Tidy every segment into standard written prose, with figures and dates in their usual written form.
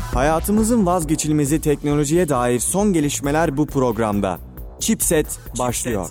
Hayatımızın vazgeçilmezi teknolojiye dair son gelişmeler bu programda. Chipset başlıyor.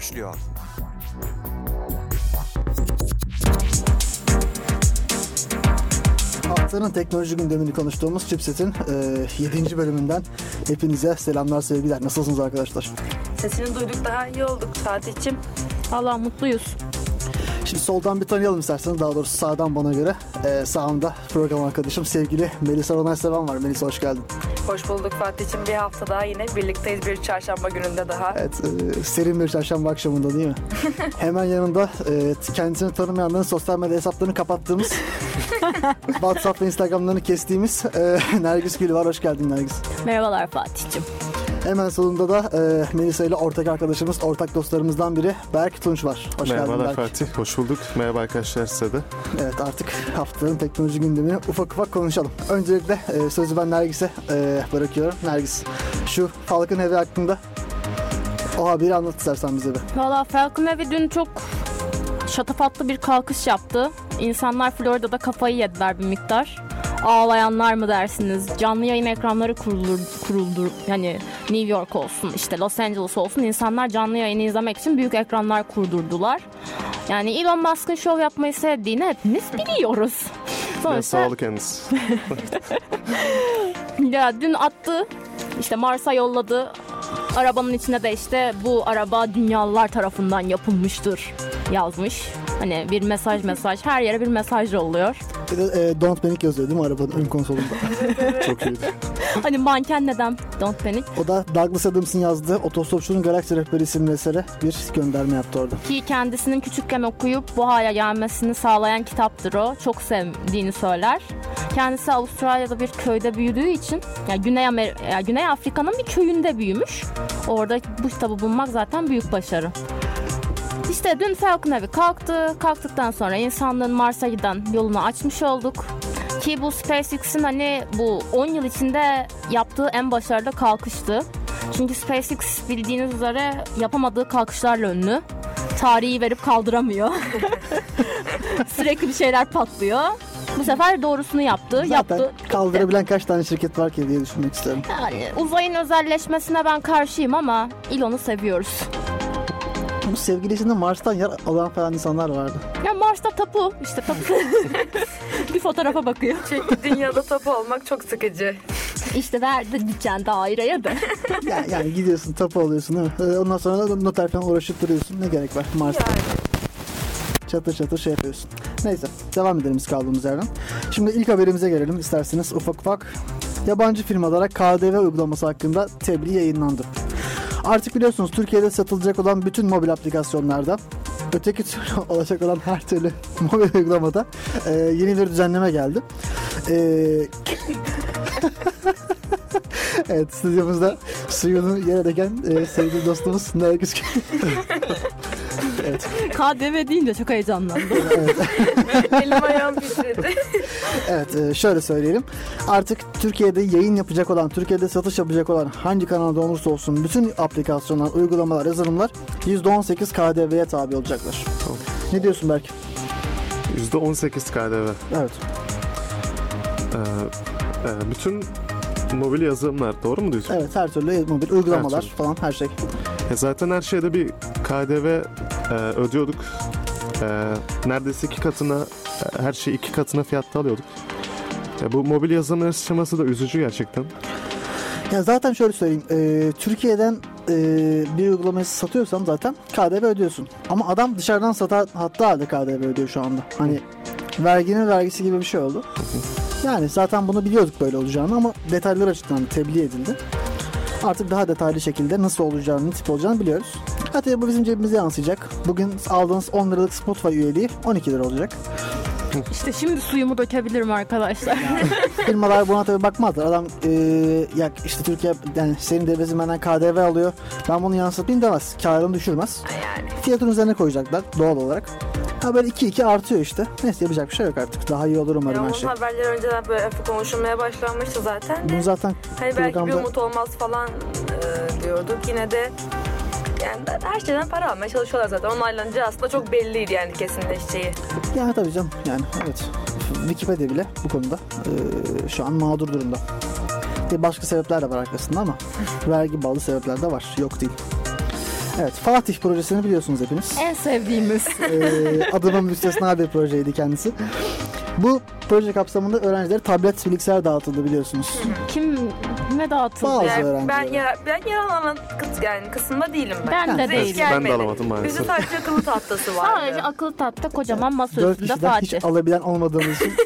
Haftanın teknoloji gündemini konuştuğumuz Chipset'in 7. bölümünden hepinize selamlar, sevgiler. Nasılsınız arkadaşlar? Sesini duyduk, daha iyi olduk Fatih'ciğim. Vallahi mutluyuz. Şimdi soldan bir tanıyalım isterseniz, daha doğrusu sağdan bana göre. Sağımda program arkadaşım sevgili Melisa Ronay-Seven var. Melisa, hoş geldin. Hoş bulduk Fatih'ciğim. Bir hafta daha yine birlikteyiz, bir çarşamba gününde daha. Evet, serin bir çarşamba akşamında değil mi? Hemen yanında kendisini tanımayanların sosyal medya hesaplarını kapattığımız, WhatsApp ve Instagram'larını kestiğimiz Nergis Gül var. Hoş geldin Nergis. Merhabalar Fatih'ciğim. Hemen sonunda da Melisa ile ortak arkadaşımız, ortak dostlarımızdan biri Berk Tunç var. Hoş geldin Berk. Merhabalar Fatih, hoş bulduk. Merhaba arkadaşlar size de. Evet, artık haftanın teknoloji gündemini ufak ufak konuşalım. Öncelikle sözü ben Nergis'e bırakıyorum. Nergis, şu Falcon Heavy hakkında o haberi anlat istersen bize bir. Valla Falcon Heavy dün çok şatafatlı bir kalkış yaptı. İnsanlar Florida'da kafayı yediler bir miktar. Ağlayanlar mı dersiniz? Canlı yayın ekranları kuruldu. Yani New York olsun, işte Los Angeles olsun. İnsanlar canlı yayını izlemek için büyük ekranlar kurdurdular. Yani Elon Musk'ın şov yapmayı sevdiğini hepimiz biliyoruz. Sonuçta... Sağlık kendisi. Ya dün attı. İşte Mars'a yolladı. Arabanın içine de işte bu araba dünyalılar tarafından yapılmıştır yazmış. Hani bir mesaj her yere bir mesaj yolluyor. Bir de Don't Panic yazıyor değil mi arabanın ön konsolunda? Çok iyiydi. Hani manken neden Don't Panic? O da Douglas Adams'ın yazdığı Otostopçunun Galaksi Rehberi isimli esere bir gönderme yaptı orada. Ki kendisinin küçükken okuyup bu hale gelmesini sağlayan kitaptır o. Çok sevdiğini söyler. Kendisi Avustralya'da bir köyde büyüdüğü için, yani Güney Afrika'nın bir köyünde büyümüş. Orada bu kitabı bulmak zaten büyük başarı. İşte dün Falcon Heavy kalktı. Kalktıktan sonra insanlığın Mars'a giden yolunu açmış olduk. Ki bu SpaceX'in hani bu 10 yıl içinde yaptığı en başarılı kalkıştı. Çünkü SpaceX bildiğiniz üzere yapamadığı kalkışlarla ünlü. Tarihi verip kaldıramıyor. Sürekli bir şeyler patlıyor. Bu sefer doğrusunu yaptı. Zaten kaldırabilen kaç tane şirket var ki diye düşünmek isterim. Yani uzayın özelleşmesine ben karşıyım ama Elon'u seviyoruz. Bu sevgilisinde Mars'tan yer alan falan insanlar vardı. Ya Mars'ta tapu. İşte tapu. Bir fotoğrafa bakıyor. Çünkü dünyada tapu olmak çok sıkıcı. İşte verdi gideceksin daireye de. yani gidiyorsun, tapu oluyorsun değil mi? Ondan sonra da noter falan uğraşıp duruyorsun. Ne gerek var Mars'ta? Yani. Çatır çatır şey yapıyorsun. Neyse, devam edelim biz kaldığımız yerden. Şimdi ilk haberimize gelelim isterseniz ufak ufak. Yabancı firmalara KDV uygulaması hakkında tebliğ yayınlandı. Artık biliyorsunuz Türkiye'de satılacak olan bütün mobil aplikasyonlarda, öteki türlü olacak olan her türlü mobil uygulamada yeni bir düzenleme geldi. Evet, stüdyomuzda suyunu yere döken sevgili dostumuz Nergis. Evet. KDV deyince çok heyecanlandım. Evet. Elim ayağım titredi. Evet, şöyle söyleyelim. Artık Türkiye'de yayın yapacak olan, Türkiye'de satış yapacak olan hangi kanalda olursa olsun bütün aplikasyonlar, uygulamalar, yazılımlar %18 KDV'ye tabi olacaklar. Tamam. Ne diyorsun Berk? %18 KDV. Evet. Bütün mobil yazılımlar, doğru mu diyorsun? Evet, her türlü mobil uygulamalar falan, her şey. Zaten her şeyde bir KDV ödüyorduk. Neredeyse 2 katına, her şey 2 katına fiyatta alıyorduk. Bu mobil yazılımların sıçraması da üzücü gerçekten. Ya zaten şöyle söyleyeyim, Türkiye'den bir uygulamayı satıyorsan zaten KDV ödüyorsun. Ama adam dışarıdan hatta halde KDV ödüyor şu anda. Hani verginin vergisi gibi bir şey oldu. Yani zaten bunu biliyorduk böyle olacağını ama detaylar açıklandı, tebliğ edildi. Artık daha detaylı şekilde nasıl olacağını, ne tip olacağını biliyoruz. Hatta bu bizim cebimize yansıyacak. Bugün aldığınız 10 liralık Spotify üyeliği 12 lira olacak. İşte şimdi suyumu dökebilirim arkadaşlar. Yani, firmalar buna tabii bakmazlar. Adam ya işte Türkiye yani senin devletin benden KDV alıyor. Ben bunu yansıtmayayım demez. Karını düşürmez. Yani. Fiyatın üzerine koyacaklar doğal olarak. Haber 2-2 artıyor işte. Neyse, yapacak bir şey yok artık. Daha iyi olur umarım her şey. Haberler önceden böyle konuşulmaya başlanmıştı zaten. Bunu zaten hani belki bir umut olmaz falan diyorduk. Yine de yani her şeyden para almaya çalışıyorlar zaten. Onaylanınca aslında çok belliydi yani kesinleşeceği. Ya tabii canım yani evet. Wikipedia bile bu konuda şu an mağdur durumda. Başka sebepler de var arkasında ama vergi bağlı sebepler de var. Yok değil. Evet, Fatih projesini biliyorsunuz hepiniz. En sevdiğimiz. Adının müstesna bir projeydi kendisi. Bu proje kapsamında öğrencilere tablet, bilgisayar dağıtıldı biliyorsunuz. Kime dağıtıldı? Bazı Yani öğrencilere. ben yer alan kısımda değilim ben. Ben de Bize hiç değilim. gelmedi. Ben de alamadım maalesef. Bizde sadece akıllı tahtası vardı. Sadece akıllı tahta kocaman masa 4 üstünde kişiden Fatih. hiç alabilen olmadığımız için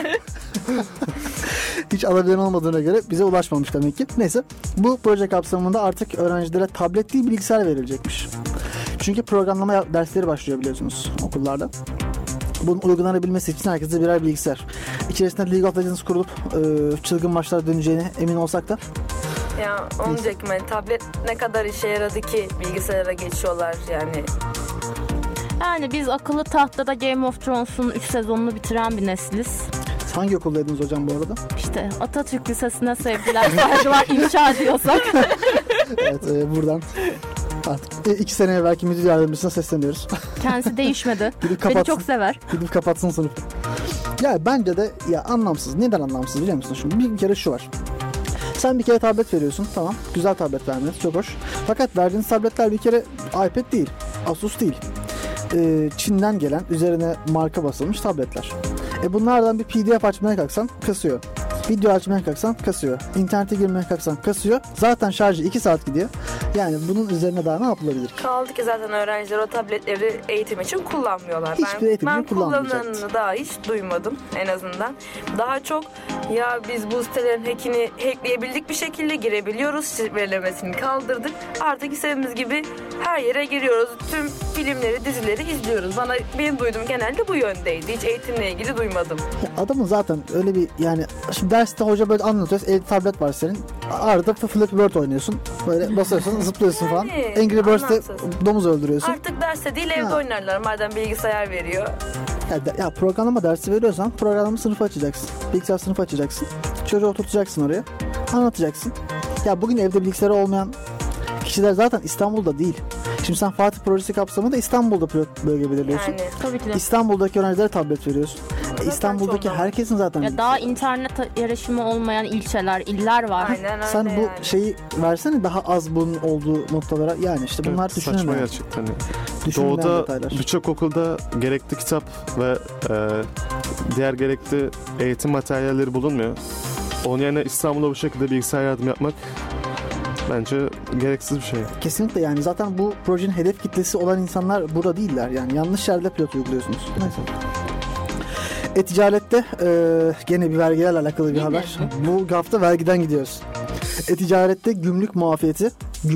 hiç alabilen olmadığına göre bize ulaşmamış demek ki. Neyse, bu proje kapsamında artık öğrencilere tablet değil bilgisayar verilecekmiş. Çünkü programlama dersleri başlıyor biliyorsunuz okullarda. Bunun uygulanabilmesi için herkese birer bilgisayar. İçerisinde League of Legends kurulup çılgın maçlar döneceğine emin olsak da. Ya onu diyecektim, hani tablet ne kadar işe yaradı ki bilgisayara geçiyorlar yani. Yani biz akıllı tahtada Game of Thrones'un 3 sezonunu bitiren bir nesiliz. Hangi okuldaydınız hocam bu arada? İşte Atatürk Lisesi'ne sevgiler, saygılar inşa ediyorsak. Evet, buradan artık 2 sene evvelki müdür yardımcısına sesleniyoruz. Kendisi değişmedi. Beni çok sever. Gidip kapatsın sınıfı. Ya bence de ya anlamsız. Neden anlamsız biliyor musun? Şimdi bir kere şu var. Sen bir kere tablet veriyorsun. Tamam. Güzel tablet vermeniz. Çok hoş. Fakat verdiğiniz tabletler bir kere iPad değil. Asus değil. Çin'den gelen üzerine marka basılmış tabletler. Bunlardan bir PDF açmaya kalksan kasıyor. Video açmaya kalksan kasıyor. İnternete girmeye kalksan kasıyor. Zaten şarjı 2 saat gidiyor. Yani bunun üzerine daha ne yapılabilir ki? Kaldı ki zaten öğrenciler o tabletleri eğitim için kullanmıyorlar. Hiçbir eğitim için ben kullanmayacak. kullananını daha hiç duymadım en azından. Daha çok ya biz bu sitelerin hackleyebildik, bir şekilde girebiliyoruz. Şifrelemesini kaldırdık. Artık istediğimiz gibi her yere giriyoruz. Tüm filmleri, dizileri izliyoruz. Benim duyduğum genelde bu yöndeydi. Hiç eğitimle ilgili duymadım. Ya adamın zaten öyle bir yani şimdi derste hoca böyle anlatıyor. Elde tablet var senin. Arada Flappy Bird oynuyorsun. Böyle basıyorsun, zıplıyorsun falan. Yani, Angry Birds'te anlamsız. domuz öldürüyorsun. Artık derste değil evde Ha. oynarlar. Madem bilgisayar veriyor. Ya programlama dersi veriyorsan programlama sınıfı açacaksın. Bilgisayar sınıfı açacaksın. Çocuğu oturtacaksın oraya. Anlatacaksın. Ya bugün evde bilgisayarı olmayan kişiler zaten İstanbul'da değil. Şimdi sen Fatih projesi kapsamında İstanbul'da bölge belirliyorsun. Yani Tabii ki de. İstanbul'daki öğrencilere tablet veriyorsun. İstanbul'daki çoğunluğu. herkesin zaten Ya daha internet erişimi olmayan ilçeler, iller var. aynen öyle sen bu yani. şeyi versene daha az bunun olduğu noktalara. Yani işte bunlar Evet, saçma düşünülmeyen. gerçekten. Düşünülmeyen Doğu'da detaylar. birçok okulda gerekli kitap ve diğer gerekli eğitim materyalleri bulunmuyor. Onun yerine İstanbul'da bu şekilde bilgisayar yardım yapmak bence gereksiz bir şey. Kesinlikle yani zaten bu projenin hedef kitlesi olan insanlar burada değiller. Yani yanlış yerde pilot uyguluyorsunuz. Neyse. E-ticarette gene bir vergilerle alakalı bir haber. Bu hafta vergiden gidiyoruz. E-ticarette gümrük muafiyeti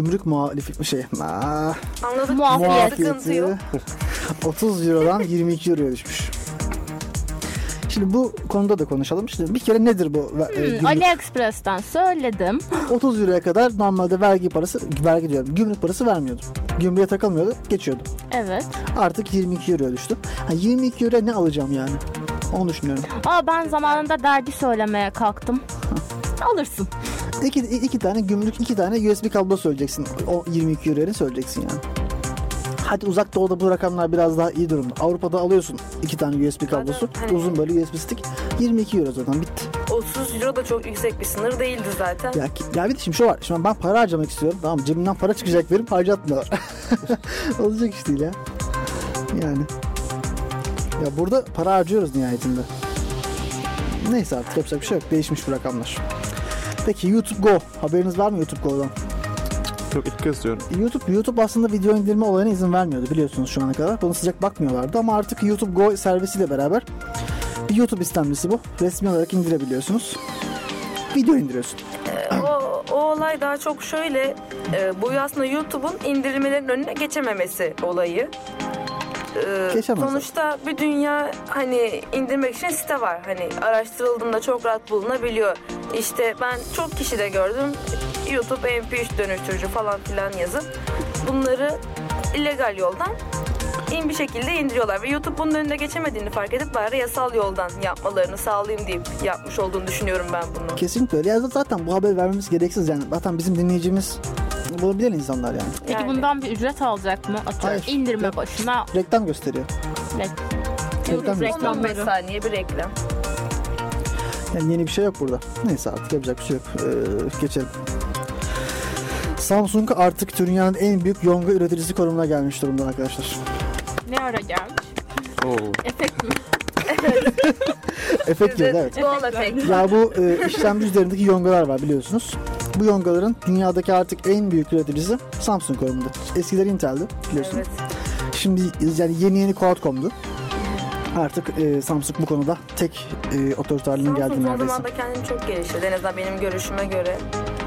30 Euro'dan 22 Euro'ya düşmüş. Şimdi bu konuda da konuşalım. Şimdi bir kere nedir bu gümrük? AliExpress'ten söyledim. 30 Euro'ya kadar normalde gümrük parası vermiyordu. Gümrüğe takılmıyordu, geçiyordu. Evet. Artık 22 Euro'ya düştü. 22 Euro'ya ne alacağım yani? Onu düşünüyorum. Ben zamanında dergi söylemeye kalktım. Alırsın. İki tane gümrük, 2 tane USB kablo söyleyeceksin. O 22 Euro'ya söyleyeceksin yani. Hadi uzak doğuda bu rakamlar biraz daha iyi durumda. Avrupa'da alıyorsun 2 tane USB kablosu. Hani- Uzun böyle USB stick. 22 Euro zaten bitti. 30 euro da çok yüksek bir sınır değildi zaten. Ya bir de şimdi şu var. Şimdi ben para harcamak istiyorum. Tamam mı? Cebimden para çıkacak verip harcatmıyorlar. Olacak iş değil ya. Yani. Ya burada para harcıyoruz nihayetinde. Neyse artık yapacak bir şey yok. Değişmiş bu rakamlar. Peki YouTube Go. Haberiniz var mı YouTube Go'dan? Çok ilk kez diyorum. YouTube aslında video indirme olayına izin vermiyordu biliyorsunuz şu ana kadar. Buna sıcak bakmıyorlardı ama artık YouTube Go servisiyle beraber bir YouTube istemlisi bu. Resmi olarak indirebiliyorsunuz. Video indiriyorsun. O olay daha çok şöyle, bu aslında YouTube'un indirilmelerin önüne geçememesi olayı. Geçemez. Sonuçta bir dünya hani indirmek için site var. Hani araştırıldığında çok rahat bulunabiliyor. İşte ben çok kişide gördüm. YouTube MP3 dönüştürücü falan filan yazıp bunları illegal yoldan bir şekilde indiriyorlar ve YouTube bunun önüne geçemediğini fark edip bari yasal yoldan yapmalarını sağlayayım deyip yapmış olduğunu düşünüyorum ben bunu. Kesinlikle öyle. Ya zaten bu haberi vermemiz gereksiz yani. Zaten bizim dinleyicimiz bunu bilen insanlar yani. Peki Yani. bundan bir ücret alacak mı? Atıyorum Hayır. indirme başına. Reklam gösteriyor. içerikten mi istiyor? 15 saniye bir reklam. Yani yeni bir şey yok burada. Neyse artık yapacak bir şey yok. Geçelim. Samsung artık dünyanın en büyük yonga üreticisi konumuna gelmiş durumda arkadaşlar. Ne ara gelmiş? Oo. Efekt mi? Efekt gibi, evet. Doğal efekt. Ya bu işlemci üzerindeki yongalar var biliyorsunuz. Bu yongaların dünyadaki artık en büyük üreticisi Samsung konumunda. Eskileri Intel'di biliyorsun. Evet. Şimdi yani yeni Qualcomm'du. Artık Samsung bu konuda tek otoriterliğinin geldiği Samsung o neredeyse. zaman da kendini çok geliştirdi. En azından benim görüşüme göre.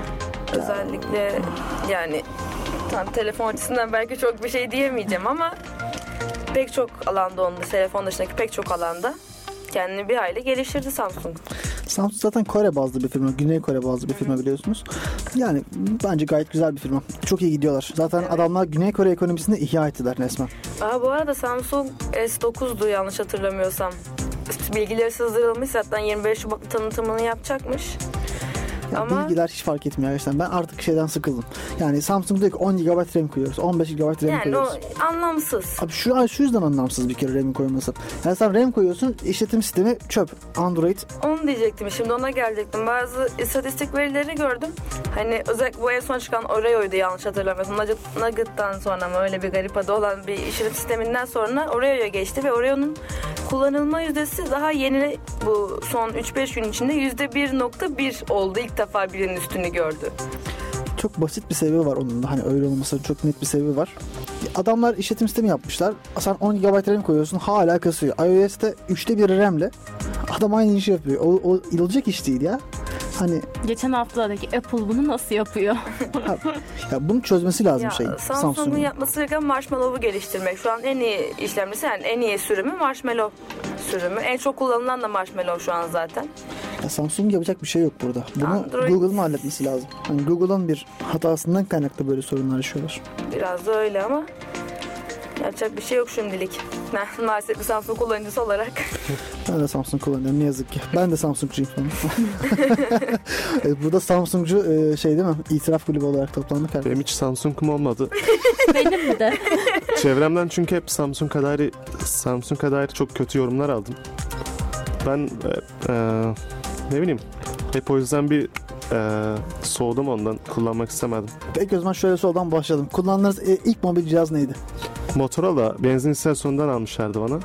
Özellikle yani tam telefon açısından belki çok bir şey diyemeyeceğim ama pek çok alanda onda, telefon dışındaki pek çok alanda kendini bir hayli geliştirdi Samsung. Samsung zaten Kore bazlı bir firma. Güney Kore bazlı bir firma biliyorsunuz. Yani bence gayet güzel bir firma. Çok iyi gidiyorlar. Zaten adamlar Güney Kore ekonomisini ihya ettiler resmen. Bu arada Samsung S9'du yanlış hatırlamıyorsam. Bilgileri sızdırılmış, zaten 25 Şubat'ta tanıtımını yapacakmış. Yani Ama bilgiler hiç fark etmiyor gerçekten. Ben artık şeyden sıkıldım. Yani Samsung diyor ki 10 GB RAM koyuyoruz. 15 GB RAM yani o koyuyoruz. anlamsız. Abi şu yüzden anlamsız bir kere RAM koyması. Yani sen RAM koyuyorsun, işletim sistemi çöp. Android. Onu diyecektim, şimdi ona gelecektim. Bazı istatistik verileri gördüm. Hani özellikle bu en son çıkan Oreo'ydu yanlış hatırlamıyorsam. Nugget'tan sonra mı öyle bir garip adı olan bir işletim sisteminden sonra Oreo'ya geçti ve Oreo'nun kullanılma yüzdesi daha yeni, bu son 3-5 gün içinde %1.1 oldu. İlk defa birinin üstünü gördü. Çok basit bir sebebi var onun da. Hani öyle olmasının çok net bir sebebi var. Adamlar işletim sistemi yapmışlar. Sen 10 GB RAM koyuyorsun, hala kasıyor. iOS'te 3'te 1 RAM'le adam aynı işi yapıyor. O olacak iş değil ya. Hani Geçen haftalardaki Apple bunu nasıl yapıyor? ya bunu çözmesi lazım Ya, şeyin. Samsung'un yapması gereken Marshmallow'u geliştirmek. Şu an en iyi işlemcisi, yani en iyi sürümü Marshmallow sürümü. En çok kullanılan da Marshmallow şu an zaten. Ya Samsung yapacak bir şey yok burada. Bunu Android- Google'ın halletmesi lazım. Hani Google'ın bir hatasından kaynaklı böyle sorunlar yaşıyorlar. Biraz da öyle ama yapacak bir şey yok şimdilik. Ben maalesef bir Samsung kullanıcısı olarak. Ben de Samsung kullanıyorum ne yazık ki. Ben de Samsungcuyum falan. Evet, burada Samsungcu şey değil mi? İtiraf kulübü olarak toplandık. Herkes. Benim hiç Samsung'um olmadı. Benim de. Çevremden çünkü hep Samsung kadar çok kötü yorumlar aldım. Ben ne bileyim hep o yüzden bir soğudum ondan. Kullanmak istemedim. Peki o zaman şöyle soldan başladım. Kullandığınız ilk mobil cihaz neydi? Motorola benzin istasyonundan almışlardı bana.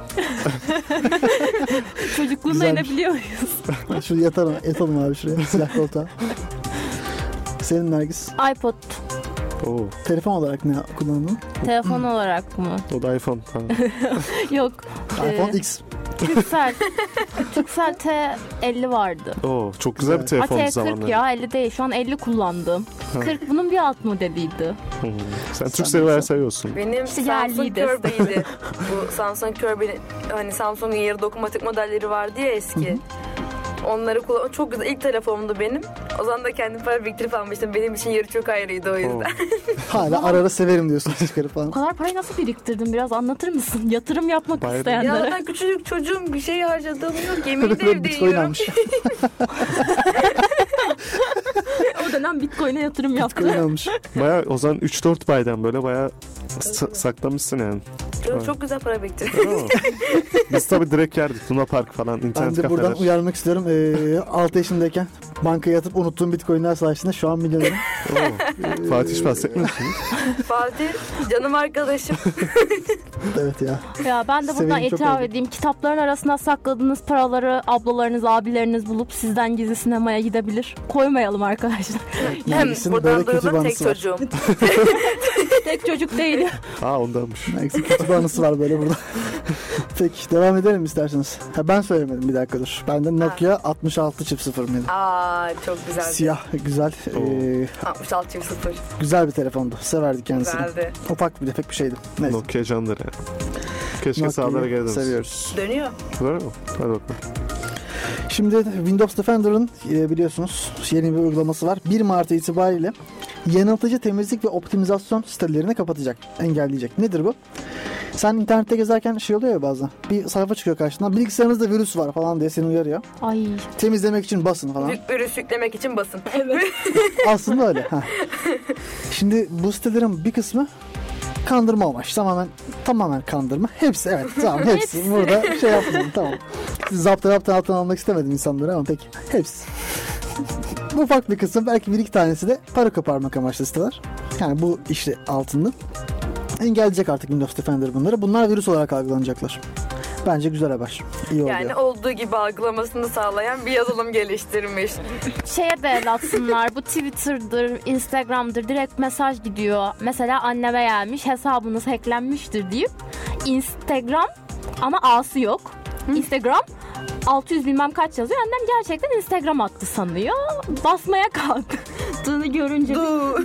Çocukluğuna Güzelmiş. inebiliyor muyuz? Şuraya yatalım abi şuraya. Silah koltuğa. Senin Nergis. iPod Oo, Telefon olarak ne kullandın? telefon olarak mı? o da iPhone falan. Yok. iPhone X. Turkcell T50 vardı. Oo, çok güzel bir telefondu T40 zamanında. ya 50 değil. Şu an 50 kullandım. 40 bunun bir alt modeliydi. Sen Türk seviyorsun. Benim İşte Samsung yerliydi. Kirby'ydi. Bu Samsung Kirby, hani Samsung'un yarı dokunmatik modelleri vardı ya eski. Onları çok güzel. İlk telefonumdu benim. O zaman da kendim para biriktirip almıştım. Benim için yeri çok ayrıydı o yüzden. Hala ara ara severim diyorsun çıkarıp falan. Bu kadar parayı nasıl biriktirdin? Biraz anlatır mısın? Yatırım yapmak Bayağı- Ya isteyenlere. ben küçücük çocuğum, bir şey harcadığım yok. Yemeği de evde Bitcoin yiyorum. almış. O dönem Bitcoin'e yatırım yaptı. Bitcoin almış. Bayağı o zaman 3-4 baydan böyle bayağı saklamışsın yani. Çok güzel para biriktiriyorum. Değil mi? Biz tabii direkt yerdik. Luna Park falan, Ben internet de buradan kafeler. uyarmak istiyorum. 6 yaşındayken bankaya yatıp unuttuğum Bitcoin'ler sayesinde şu an milyonerim. Oo, Fatih hiç bahsetmiyorsun. Fatih, canım arkadaşım. Evet ya. Ya ben de buradan Severim, çok itiraf oldu. edeyim. Kitapların arasına sakladığınız paraları ablalarınız, abileriniz bulup sizden gizli sinemaya gidebilir. Koymayalım arkadaşlar. Hem Nergis'in buradan böyle kötü bir duyulan tek anısı var. çocuğum. Tek çocuk değil. Aa ondanmış. Nergis'in kötü bir anısı var böyle burada. Peki devam edelim isterseniz. Ha, ben söylemedim, bir dakika dur. Bende Nokia 6600 mıydı? Aa, çok güzeldi. Siyah, güzel, 66 0. güzel bir telefondu. Severdik kendisini. Güzeldi. Ufak bir tefek bir şeydi. Neyse. Nokia candır ya. Keşke Nokia'yı sağlara geri dönsün. seviyoruz. Dönüyor. Var mı? Hadi bakalım. Şimdi Windows Defender'ın biliyorsunuz yeni bir uygulaması var. 1 Mart itibariyle yanıltıcı temizlik ve optimizasyon sitelerini kapatacak, engelleyecek. Nedir bu? Sen internette gezerken şey oluyor ya bazen. Bir sayfa çıkıyor karşına. Bilgisayarınızda virüs var falan diye seni uyarıyor. Ay. Temizlemek için basın falan. Virüs yüklemek için basın. Aslında öyle. Ha. Şimdi bu sitelerin bir kısmı Kandırma amaçlı. Tamamen kandırma. Hepsi evet. Tamam hepsi. Burada şey yapmayalım tamam. Zaptı altına almak istemedim insanları ama peki. Hepsi. Bu ufak bir kısım. Belki bir iki tanesi de para koparmak amaçlı siteler. Yani bu işte altında. Engelleyecek artık Windows Defender bunları. Bunlar virüs olarak algılanacaklar. Bence güzel haber. İyi oluyor. Yani olduğu gibi algılamasını sağlayan bir yazılım geliştirmiş. Şeye de el atsınlar. Bu Twitter'dır, Instagram'dır. Direkt mesaj gidiyor. Mesela anneme gelmiş. Hesabınız hacklenmiştir deyip Instagram ama A'sı yok. Instagram 600 bilmem kaç yazıyor. Annem gerçekten Instagram attı sanıyor. Basmaya kalktığını görünce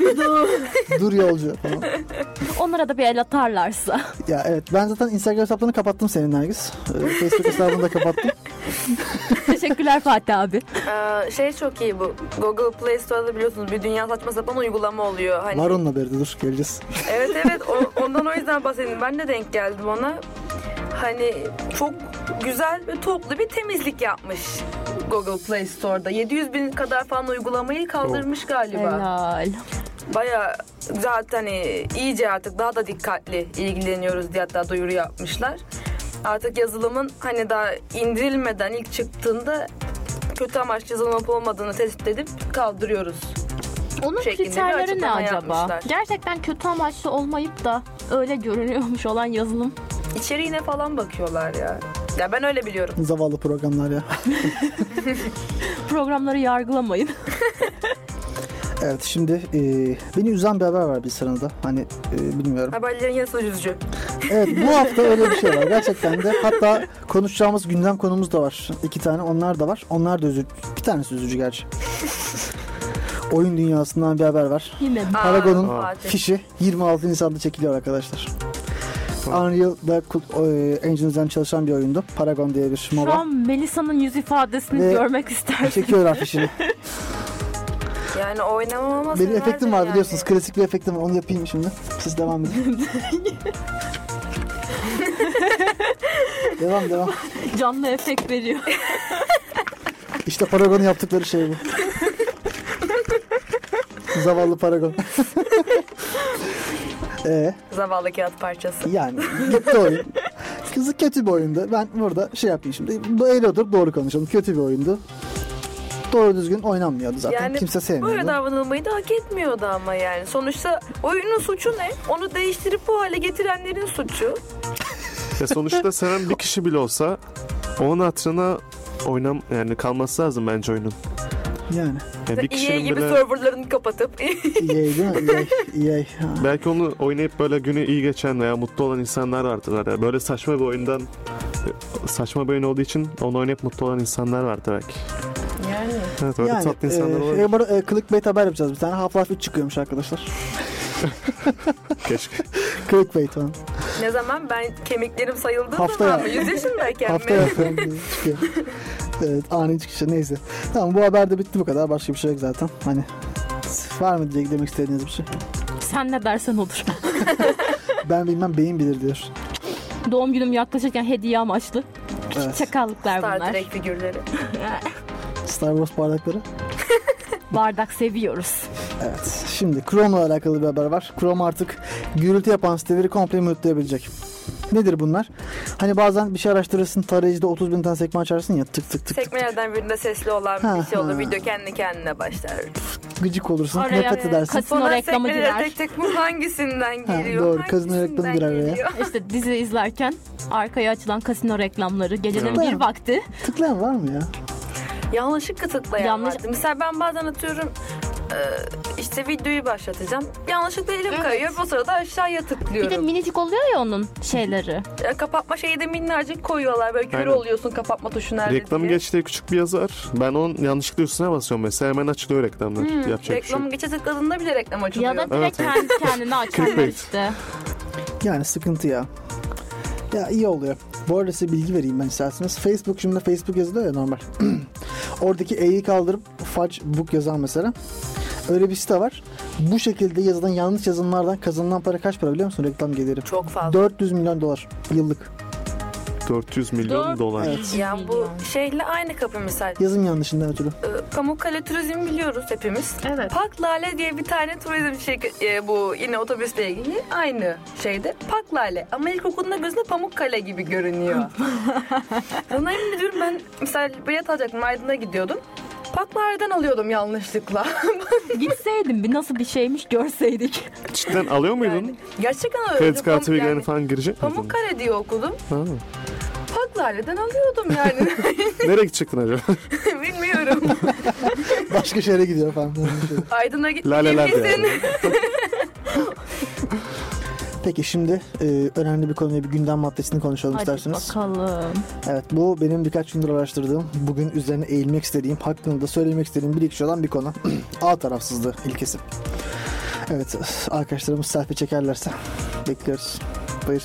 Dur yolcu falan. onlara da bir el atarlarsa. Ya evet ben zaten Instagram hesaplarını kapattım senin Nergis. Facebook hesabını da kapattım. Teşekkürler Fatih abi. Şey çok iyi bu. Google Play Store'da biliyorsunuz bir dünya saçma sapan uygulama oluyor. Hani... Var onun haberi de dur geleceğiz. Evet ondan o yüzden bahsedeyim. Ben de denk geldim ona. Hani çok güzel ve toplu bir temizlik yapmış Google Play Store'da. 700 bin kadar falan uygulamayı kaldırmış galiba. Helal. Baya zaten iyice artık daha da dikkatli ilgileniyoruz diye hatta duyuru yapmışlar. Artık yazılımın hani daha indirilmeden ilk çıktığında kötü amaçlı yazılım olup olmadığını tespit edip kaldırıyoruz. Onun şeklinde bir kriterleri ne açıklama acaba? yapmışlar. Gerçekten kötü amaçlı olmayıp da öyle görünüyormuş olan yazılım. İçeriğine falan bakıyorlar ya. Ya ben öyle biliyorum. Zavallı programlar ya. Programları yargılamayın. Evet şimdi beni üzen bir haber var bir sırada. Hani bilmiyorum. Haberlerin yarısı üzücü. Evet bu hafta öyle bir şey var. Gerçekten de hatta konuşacağımız gündem konumuz da var. 2 tane onlar da var. Onlar da üzücü. Bir tanesi üzücü gerçi. Oyun dünyasından bir haber var. Yine Paragon'un Fatih. fişi 26 Nisan'da çekiliyor arkadaşlar. Unreal'da Engine'den çalışan bir oyundu. Paragon diye bir şu MOBA. an Melisa'nın yüz ifadesini Ve görmek isterdim. çekiyorlar fişini. Yani oynamam ama Benim severdim efektim var yani. biliyorsunuz. Klasik bir efektim var. Onu yapayım şimdi. Siz devam edin. Devam. Canlı efekt veriyor. İşte Paragon'un yaptıkları şey bu. Zavallı Paragon. Zavallı kağıt parçası. Yani kötü oyun. Kızı kötü bir oyundu. Ben burada şey yapayım şimdi. Doğru konuşalım. Kötü bir oyundu. Doğru düzgün oynanmıyordu zaten. Yani kimse sevmiyordu. böyle davranılmayı da hak etmiyordu ama yani. Sonuçta oyunun suçu ne? Onu değiştirip bu hale getirenlerin suçu. Ya sonuçta seven bir kişi bile olsa onun hatırına yani kalması lazım bence oyunun. Yani. Yani bir EA kişinin gibi bile serverlarını kapatıp. EA değil mi? EA. Ha. belki onu oynayıp böyle günü iyi geçen veya mutlu olan insanlar vardır. Yani böyle saçma bir oyun olduğu için onu oynayıp mutlu olan insanlar vardır belki. Yani. Evet öyle tatlı insanlar olabilir. Bu arada clickbait haber yapacağız bir tane. Half-Life 3 çıkıyormuş arkadaşlar. Keşke. Clickbait falan. Ne zaman ben kemiklerim sayıldığı Haftaya. zaman mı? 100 yaşındayken Haftaya mi? falan çıkıyor. Evet ani çıkışı neyse. Tamam bu haber de bitti bu kadar. Başka bir şey yok zaten. Hani var mı diye demek istediğiniz bir şey? Sen ne dersen olur. Ben bilmem beyin bilir diyor. Doğum günüm yaklaşırken hediye amaçlı. Küçük Evet. çakallıklar Star bunlar. Trek figürleri. Star Wars bardakları. Bardak seviyoruz. Evet. Şimdi Chrome'la alakalı bir haber var. Chrome artık gürültü yapan siteleri komple mute'layabilecek. Nedir bunlar? Hani bazen bir şey araştırırsın, tarayıcıda 30 bin tane sekme açarsın ya tık tık tık. Sekmelerden birinde sesli olan Ha, bir şey olur. ha. Video kendi kendine başlar. Gıcık olursun, Oraya nefret edersin. Kasino Sonra reklamı sekmelere girer. tek tek bu hangisinden Ha, geliyor? doğru, kasino hangisinden reklamı girer oraya. geliyor? İşte dizi izlerken arkaya açılan kasino reklamları gecenin Evet. bir vakti. Tıklayan var mı ya? Yanlışlıkla tıklayan Yanlış- vardı. Mesela ben bazen atıyorum işte videoyu başlatacağım. Yanlışlıkla elim Evet. kayıyor. O sırada aşağıya Bir tıklıyorum. de minicik oluyor ya onun şeyleri. Kapatma şeyi de minnacık koyuyorlar. Böyle kör Aynen. oluyorsun kapatma tuşu nerede Reklamı diye. geç diye küçük bir yazı var. Ben onun yanlışlıkla üstüne basıyorum mesela. Hemen açılıyor reklamlar. Yapacak bir şey Reklamı yok. geçe tıkladığında bile reklam açılıyor. Ya da direkt Evet. kendi kendine açanlar Clickbait. işte. Yani sıkıntı ya. Ya iyi oluyor. Bu arada size bilgi vereyim ben isterseniz. Facebook şimdi Facebook yazılıyor ya normal. Oradaki E'yi kaldırıp fudge book yazan mesela. Öyle bir site var. Bu şekilde yazılan yanlış yazılımlardan kazanılan para kaç para biliyor musun? Reklam geliri. Çok fazla. 400 milyon dolar yıllık. 400 milyon dolar. Evet. Yani bu şeyle aynı kapı misal. Yazım yanlışından ötürü. Pamukkale Turizm biliyoruz hepimiz. Evet. Park Lale diye bir tane turizm şirketi, bu yine otobüsle ilgili aynı şeyde. Park Lale ama ilkokulunda gözünde Pamukkale gibi görünüyor. Ona emin ediyorum, ben misal bilet alacaktım, Aydın'a gidiyordum. Park Lale'den alıyordum yanlışlıkla. Gitseydim bir nasıl bir şeymiş görseydik. Cidden alıyor muydun? Yani, gerçekten öyle. Kredi kartı bilgilerini falan girecek miydin? Pamukkale diye okudum. Ha. Park Lale'den alıyordum yani. Nereye gidecektin acaba? Bilmiyorum. Başka şehre gidiyor falan. Aydın'a Laleler gittiğim de kesin. Peki şimdi önemli bir konuya, bir gündem maddesini konuşalım Hadi isterseniz. bakalım. Evet, bu benim birkaç gündür araştırdığım, bugün üzerine eğilmek istediğim, hakkında da söylemek istediğim bir iki olan bir konu. A tarafsızlığı ilkesi. Evet, arkadaşlarımız selfie çekerlerse bekliyoruz. Buyur.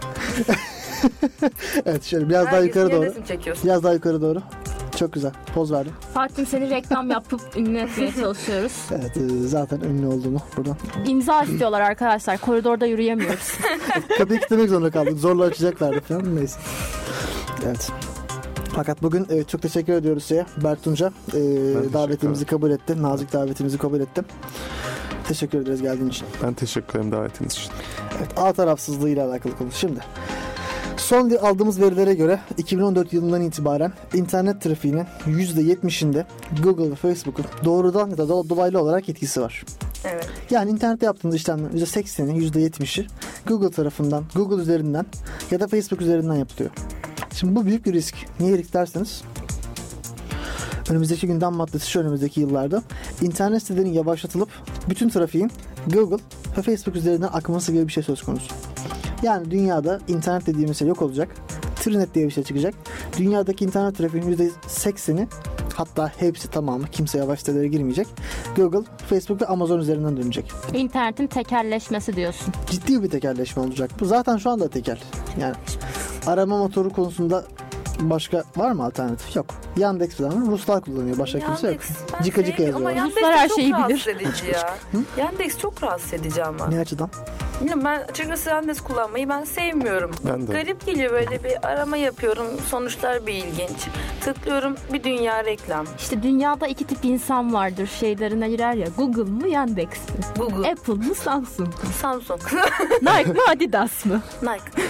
Evet, şöyle biraz daha Herkesin yukarı doğru. resim çekiyorsun. Biraz daha yukarı doğru. Çok güzel. Poz verdim. Fatih seni reklam yapıp ünlü etmeye çalışıyoruz. Evet, zaten ünlü olduğumu buradan. İmza istiyorlar arkadaşlar. Koridorda yürüyemiyoruz. Kapıyı kilitlemek zorunda kaldık. Zorla açacaklardı falan. Neyse. Evet. Fakat bugün çok teşekkür ediyoruz size. Bertunca davetimizi kabul etti. Nazik davetimizi kabul etti. Teşekkür ederiz geldiğin için. Ben teşekkür ederim davetiniz için. Evet, ağ tarafsızlığı ile alakalı konu. Şimdi son aldığımız verilere göre 2014 yılından itibaren internet trafiğinin %70'inde Google ve Facebook'un doğrudan ya da dolaylı olarak etkisi var. Evet. Yani internette yaptığınız işlemlerin %80'i, %70'i Google tarafından, Google üzerinden ya da Facebook üzerinden yapılıyor. Şimdi bu büyük bir risk. Niye risk derseniz, önümüzdeki gündem maddesi şu: önümüzdeki yıllarda internet sitelerinin yavaşlatılıp bütün trafiğin Google ve Facebook üzerinden akması gibi bir şey söz konusu. Yani dünyada internet dediğimiz şey yok olacak. Trinet diye bir şey çıkacak. Dünyadaki internet trafiğinin %80'i, hatta hepsi, tamamı, kimse yavaş sitelere girmeyecek, Google, Facebook ve Amazon üzerinden dönecek. İnternetin tekelleşmesi diyorsun. Ciddi bir tekelleşme olacak. Bu zaten şu anda tekel. Yani arama motoru konusunda başka var mı alternatif? Yok. Yandex falan var. Ruslar kullanıyor. Başka kimse yok. Cika cika yazıyor. Ama Yandex Ruslar her çok şeyi rahatsız bilir. edici ya. Yandex çok rahatsız edici ama. Ne açıdan? Bilmiyorum, ben açıkçası Yandex kullanmayı ben sevmiyorum. Ben de. Garip geliyor, böyle bir arama yapıyorum. Sonuçlar bir ilginç. Tıklıyorum, bir dünya reklam. İşte dünyada iki tip insan vardır. Şeylerine girer ya. Google mu, Yandex mi? Google, Apple mı, Samsung mu? Samsung, Nike mi, Adidas mı? Nike.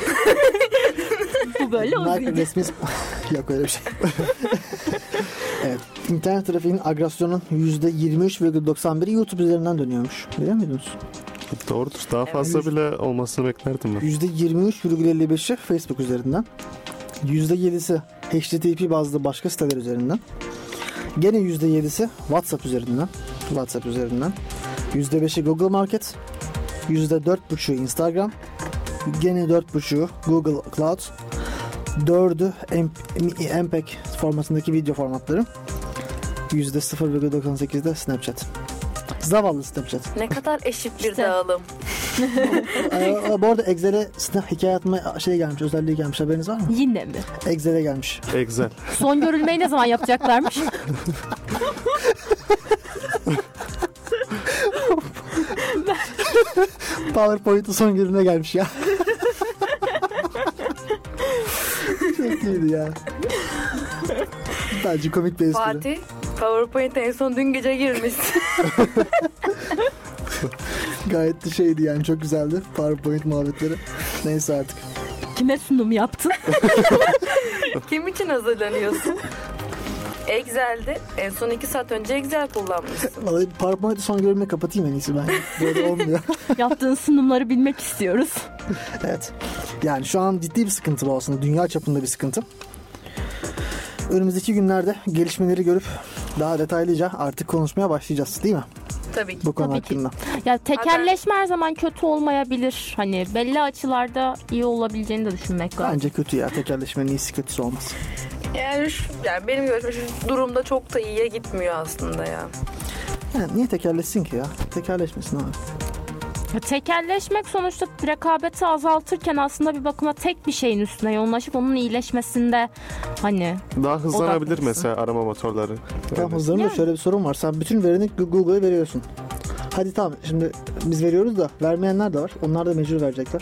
Bu böyle Nike uzun. resmi... Yok öyle bir şey. Evet. İnternet trafiğinin, agresyonun %23,91'i YouTube üzerinden dönüyormuş. Biliyor muydunuz? Doğrudur. Daha fazla bile olmasını beklerdim ben. %23,55'i Facebook üzerinden. %7'si HTTP bazlı başka siteler üzerinden. Gene %7'si WhatsApp üzerinden. %5'i Google Market. %4,5'u Instagram. Gene 4,5'u Google Cloud. 4'ü MPEG formatındaki video formatları. %0,98'de Snapchat. Zavallı Snapchat. Ne kadar eşit bir İşte. dağılım. Bu arada Excel'e hikaye atma gelmiş, özelliği gelmiş. Haberiniz var mı? Yine mi? Excel'e gelmiş. Excel. Son görülmeyi ne zaman yapacaklarmış? PowerPoint'un son gününe gelmiş ya. Çok iyiydi ya. Bence komik bir espri. Fatih, PowerPoint'e en son dün gece girmiş. Gayet de şeydi yani, çok güzeldi. PowerPoint muhabbetleri. Neyse artık. Kime sunum yaptın? Kim için hazırlanıyorsun? Excel'de en son 2 saat önce Excel kullanmışsın. Vallahi PowerPoint'i son görünme kapatayım en iyisi ben. Böyle olmuyor. Yaptığın sunumları bilmek istiyoruz. Evet. Yani şu an ciddi bir sıkıntı bu aslında. Dünya çapında bir sıkıntı. Önümüzdeki günlerde gelişmeleri görüp daha detaylıca artık konuşmaya başlayacağız, değil mi? Tabii ki. Bu konu Tabii ki. hakkında. Ya tekelleşme her zaman kötü olmayabilir. Hani belli açılarda iyi olabileceğini de düşünmek lazım. Bence kötü ya. Tekelleşmenin iyisi kötüsü olmaz. Yani benim görüşüm şu durumda çok da iyiye gitmiyor aslında ya. Yani niye tekelleşsin ki ya? Tekelleşmesin abi. Ya tekelleşmek sonuçta rekabeti azaltırken aslında bir bakıma tek bir şeyin üstüne yoğunlaşıp onun iyileşmesinde hani Daha hızlanabilir odaklısın. mesela arama motorları. Tamam, Yani. hızlarında Yani. şöyle bir sorun var. Sen bütün verini Google'a veriyorsun. Hadi tamam, şimdi biz veriyoruz da vermeyenler de var. Onlar da mecbur verecekler.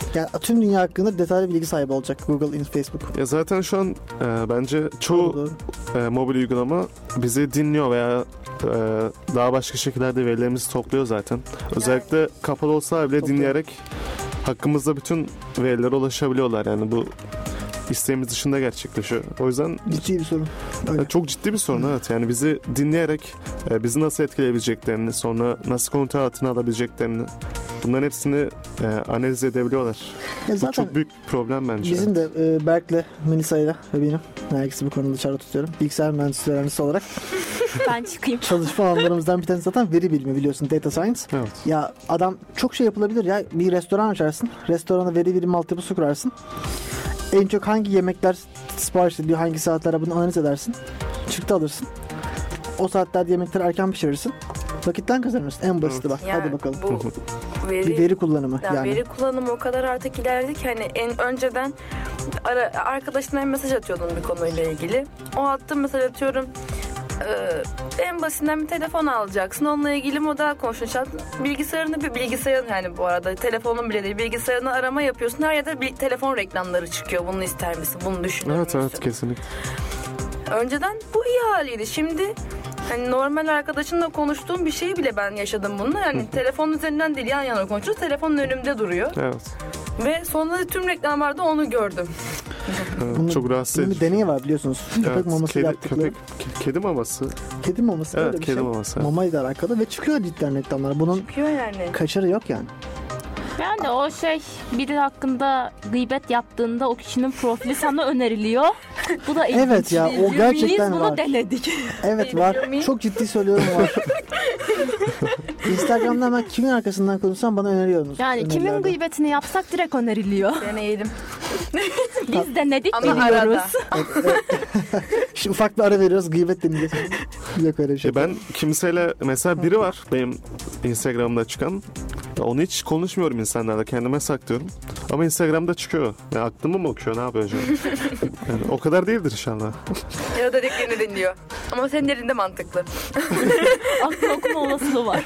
Yani tüm dünya hakkında detaylı bilgi sahibi olacak Google, Facebook. Ya zaten şu an bence çoğu Doğru. mobil uygulama bizi dinliyor veya daha başka şekillerde verilerimizi topluyor zaten. Özellikle kapalı olsa bile Topluyor. dinleyerek hakkımızda bütün verilere ulaşabiliyorlar. Yani bu isteğimiz dışında gerçekleşiyor. O yüzden Ciddi bir sorun. Öyle. çok ciddi bir sorun, evet. Yani bizi dinleyerek bizi nasıl etkileyebileceklerini, sonra nasıl kontrol altına alabileceklerini, bunların hepsini analiz edebiliyorlar. Ya Bu zaten çok büyük problem bence. bizim de Berk'le, Melisa'yla ve benim herkesi bu konuda dışarıda tutuyorum. Bilgisayar mühendisliği öğrencisi olarak Ben çıkayım. çalışma alanlarımızdan bir tanesi zaten veri bilimi, biliyorsun, data science. Evet. Ya adam çok şey yapılabilir ya. Bir restoran açarsın. Restorana veri bilimi altyapısı kurarsın. En çok hangi yemekler sipariş ediliyor, hangi saatlere, bunu analiz edersin. Çıktı alırsın. O saatlerde yemekleri erken pişirirsin. Vakitten kazanırsın. En basiti bak. Yani Hadi bakalım. Bu Bir veri kullanımı yani yani. veri kullanımı o kadar artık ilerledi ki hani en önceden arkadaşına mesaj atıyordum bir konuyla ilgili. O attığım mesaj atıyorum. En basitinden bir telefon alacaksın. Onunla ilgili model konuşacaksın. Bilgisayarın yani bu arada telefonun bile değil, bilgisayarına arama yapıyorsun. Her yerde bir telefon reklamları çıkıyor. Bunu ister misin? Bunu düşünür müsün? Evet, kesinlikle. Önceden bu iyi haliydi. Şimdi hani normal arkadaşımla konuştuğum bir şeyi bile ben yaşadım bununla. Yani telefonun üzerinden değil, yan yana konuşuyoruz. Telefonun önümde duruyor. Evet. Ve sonra tüm reklamlarda onu gördüm. Bunun- Çok rahatsız Bunun bir edici. deneyi var biliyorsunuz. Köpek Evet, maması yaptıkları. kedi maması. Kedi maması Evet, böyle bir kedi şey. maması. Mamayla alakalı ve çıkıyor cidden reklamlar. Bunun Çıkıyor yani. kaçarı yok yani. Yani o biri hakkında gıybet yaptığında o kişinin profili sana öneriliyor. Bu da ilginç. Evet ya, o gerçekten Biz var. bunu denedik. Evet Biliyor var. muyum? Çok ciddi söylüyorum, var. Instagram'da ben kimin arkasından konuşsam bana öneriyorsunuz. Yani kimin Önerilerde. gıybetini yapsak direkt öneriliyor. Deneyelim. Biz denedik, Ama biliyoruz. arada. Şimdi ufak bir ara veriyoruz, gıybet deneyeceğiz. Yok öyle bir şey. Ben kimseyle, mesela biri var benim Instagram'da çıkan. Onu hiç konuşmuyorum insanlarla, kendime saklıyorum. Ama Instagram'da çıkıyor. Ya aklımı mı okuyor, ne yapıyor acaba? Yani o kadar değildir inşallah. Ya da dediklerini dinliyor. Ama senin elinde mantıklı. Aklı okuma olasılığı var.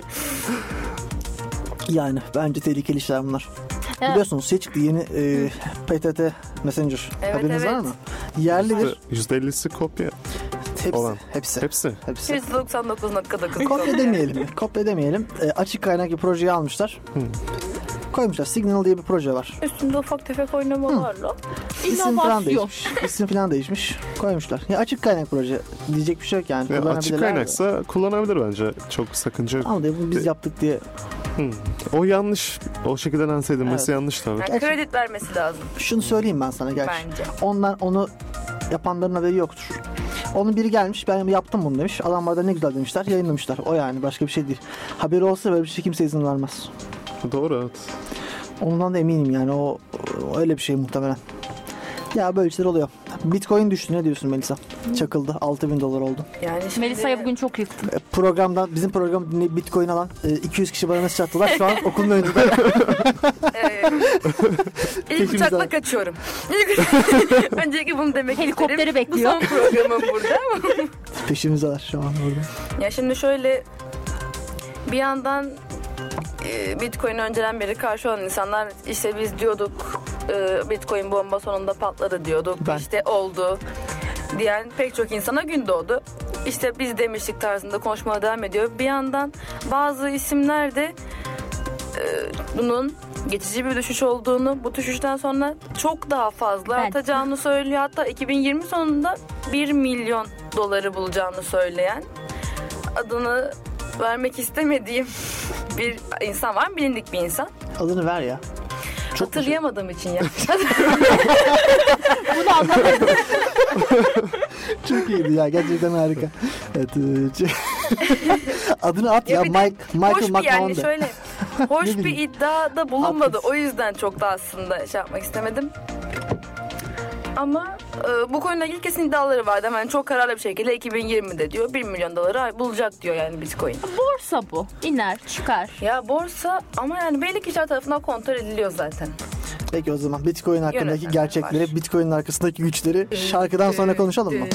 Yani bence tehlikeli işler bunlar. Evet. Biliyorsunuz şey çıktı yeni PTT Messenger. Evet, Haberiniz evet. var mı? Yerlidir. %50'si kopya Hepsi. olan. Hepsi. Hepsi. Hepsi. %99.9. Kopya demeyelim. Kopya demeyelim. Açık kaynak bir projeyi almışlar. Koymuşlar. Signal diye bir proje var. Üstünde ufak tefek oynamalarla. İsim falan İnovasyon. değişmiş. İsim falan değişmiş. Koymuşlar. Ya açık kaynak proje. Diyecek bir şey yok yani. Ya açık Kullanabilirler de. kaynaksa kullanabilir bence. Çok sakınca yok. Ama diye biz yaptık diye. O yanlış. O şekilde lanse edilmesi Evet. yanlış tabii. Yani kredi vermesi lazım Şunu söyleyeyim ben sana gerçi. bence. Onu yapanların haberi yoktur. Onun biri gelmiş, ben yaptım bunu demiş. Adamlar da ne güzel demişler, yayınlamışlar. O yani, başka bir şey değil. Haberi olsa böyle bir şey kimse izin vermez. Doğru, evet. Ondan da eminim yani, o öyle bir şey muhtemelen. Ya böyle işler oluyor. Bitcoin düştü, ne diyorsun Melisa? Çakıldı, $6.000 oldu. Yani şimdi... Melisa'ya bugün çok yıktım. Bizim programı dinleyip Bitcoin alan 200 kişi bana nasıl çattılar? Şu an okulun önünde. İlk uçakla kaçıyorum. Öncelikle bunu demek Helikopteri isterim. bekliyor. Bu son programım burada. Peşimizdeler şu an orada. Ya şimdi şöyle, bir yandan Bitcoin önceden beri karşı olan insanlar, işte biz diyorduk Bitcoin bomba sonunda patladı diyorduk. Ben. İşte oldu diyen pek çok insana gün doğdu. İşte biz demiştik tarzında konuşmaya devam ediyor. Bir yandan bazı isimler de bunun geçici bir düşüş olduğunu, bu düşüşten sonra çok daha fazla artacağını söylüyor. Hatta 2020 sonunda $1 milyon bulacağını söyleyen, adını vermek istemediğim bir insan var. Bilindik bir insan. Adını ver ya. Hatırlayamadığım için ya. Bunu anlamadım. Çok iyiydi ya, gerçekten harika. Evet, adını at ya, Ya bir de Michael hoş bir, yani McMahon de. şöyle hoş Ne bir bileyim. iddiada bulunmadı. Haklısın. O yüzden çok da aslında şey yapmak istemedim. Ama bu konuyla ilgili kesin iddiaları vardı. Hemen çok kararlı bir şekilde 2020'de diyor $1 milyon bulacak diyor yani Bitcoin. Borsa bu. İner, çıkar. Ya borsa, ama yani belli kişiler tarafından kontrol ediliyor zaten. Peki o zaman Bitcoin hakkındaki Yönetenler gerçekleri, var. Bitcoin'in arkasındaki güçleri şarkıdan sonra konuşalım mı?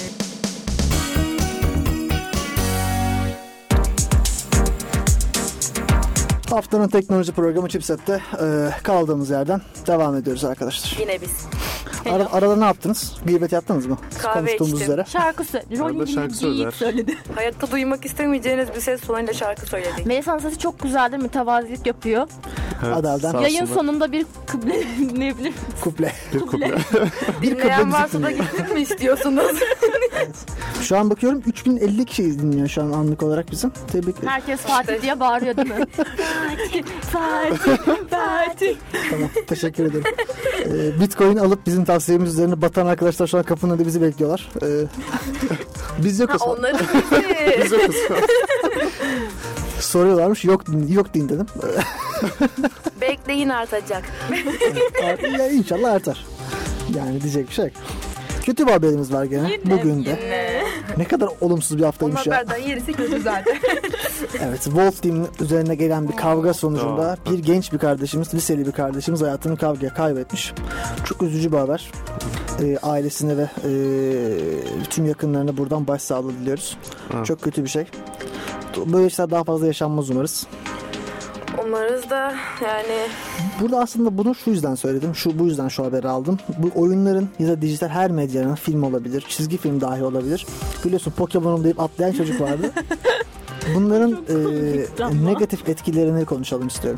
Haftanın teknoloji programı Chipset'te kaldığımız yerden devam ediyoruz arkadaşlar. Yine biz. Arada ne yaptınız? Gıybet yaptınız mı? Kahve Konuştuğumuz içtim. üzere. Şarkı söyledi. Arada şarkı söyler. söyledi. Hayatta duymak istemeyeceğiniz bir ses tonuyla şarkı söyledik. Melisa'nın sesi çok güzeldir. Mütevazilik yapıyor. Evet, Adal'den. sağ Yayın olsunlar. sonunda bir kıble dinleyebilir. Kuple. Bir kuple. Dinleyen varsa da gitsin mi istiyorsunuz? Şu an bakıyorum 3050 kişi dinliyor şu an anlık olarak bizim. Tebrik ederim. Herkes Fatih diye bağırıyor değil mi? Fatih, Fatih. Tamam, teşekkür ederim. Bitcoin alıp bizim tavsiyemiz üzerine batan arkadaşlar şu an kapının önünde bizi bekliyorlar. Biz yokuz. Onları Biz yokuz. Soruyorlarmış. Yok deyin dedim. bekleyin artacak. Ya inşallah artar. Yani diyecek bir şey yok. Kötü bir haberimiz var gene. Bugün de. Ne kadar olumsuz bir Onun haftaymış ya. haberden yerisi kötü zaten. Evet, Wolf Team'in üzerine gelen bir kavga sonucunda bir genç bir kardeşimiz, liseli bir kardeşimiz hayatını kavgaya kaybetmiş. Çok üzücü bir haber. Ailesine ve tüm yakınlarına buradan başsağlığı diliyoruz. Çok kötü bir şey. Böyle şeyler daha fazla yaşanmaz umarız. Umarız da yani Burada aslında bunu şu yüzden söyledim. Bu yüzden şu haberi aldım. Bu oyunların ya da dijital her medyanın film olabilir, çizgi film dahi olabilir. Biliyorsun Pokemon'um deyip atlayan çocuk vardı. Bunların negatif etkilerini konuşalım istiyorum.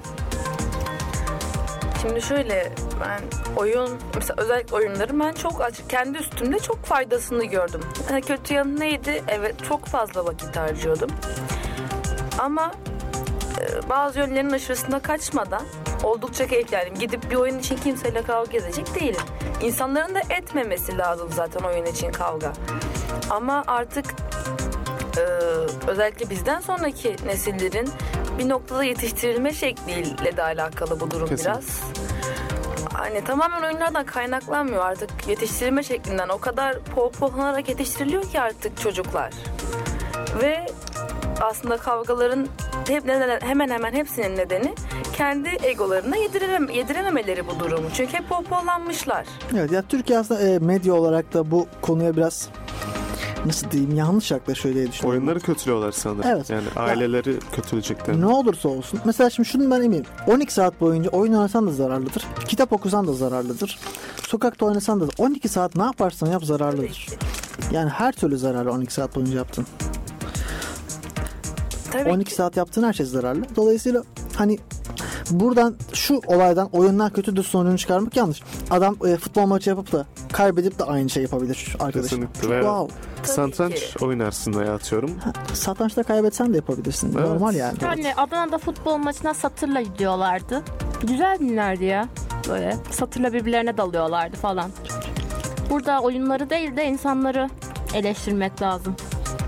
şimdi şöyle ben mesela özellikle oyunları ben çok açık kendi üstümde çok faydasını gördüm. Yani kötü yanı neydi? Evet çok fazla vakit harcıyordum. Ama bazı yönlerin aşırısına kaçmadan oldukça keyifli. Yani gidip bir oyun için kimseyle kavga edecek değilim. İnsanların da etmemesi lazım zaten oyun için kavga. Ama artık özellikle bizden sonraki nesillerin bir noktada yetiştirilme şekliyle de alakalı bu durum Kesinlikle. biraz. Hani tamamen oyunlardan kaynaklanmıyor artık yetiştirilme şeklinden. O kadar pohpohlanarak yetiştiriliyor ki artık çocuklar. Ve aslında kavgaların hemen hemen hepsinin nedeni kendi egolarına yedirememeleri bu durumu. Çünkü hep pohpohlanmışlar. Evet, ya Türkiye aslında medya olarak da bu konuya biraz nasıl diyeyim yanlış yaklaşıyor diye düşünüyorum. Oyunları kötülüyorlar sanırım. Evet. Yani aileleri kötülecekler. Ne olursa olsun. Mesela şimdi şunu ben eminim. 12 saat boyunca oyun oynasan da zararlıdır. Kitap okusan da zararlıdır. Sokakta oynasan da 12 saat ne yaparsan yap zararlıdır. Yani her türlü zararlı 12 saat boyunca yaptın. Tabii 12 ki. saat yaptığın her şey zararlı. Dolayısıyla hani buradan şu olaydan oyunlar kötüdür sonucunu çıkarmak yanlış. Adam futbol maçı yapıp da kaybedip de aynı şey yapabilir arkadaşım. Kesinlikle. Veya Wow. satranç oynarsın veya atıyorum. Satrançta kaybetsen de yapabilirsin. Evet. Normal yani. Yani Adana'da futbol maçına satırla gidiyorlardı. Güzel günlerdi ya. Böyle satırla birbirlerine dalıyorlardı falan. Burada oyunları değil de insanları eleştirmek lazım.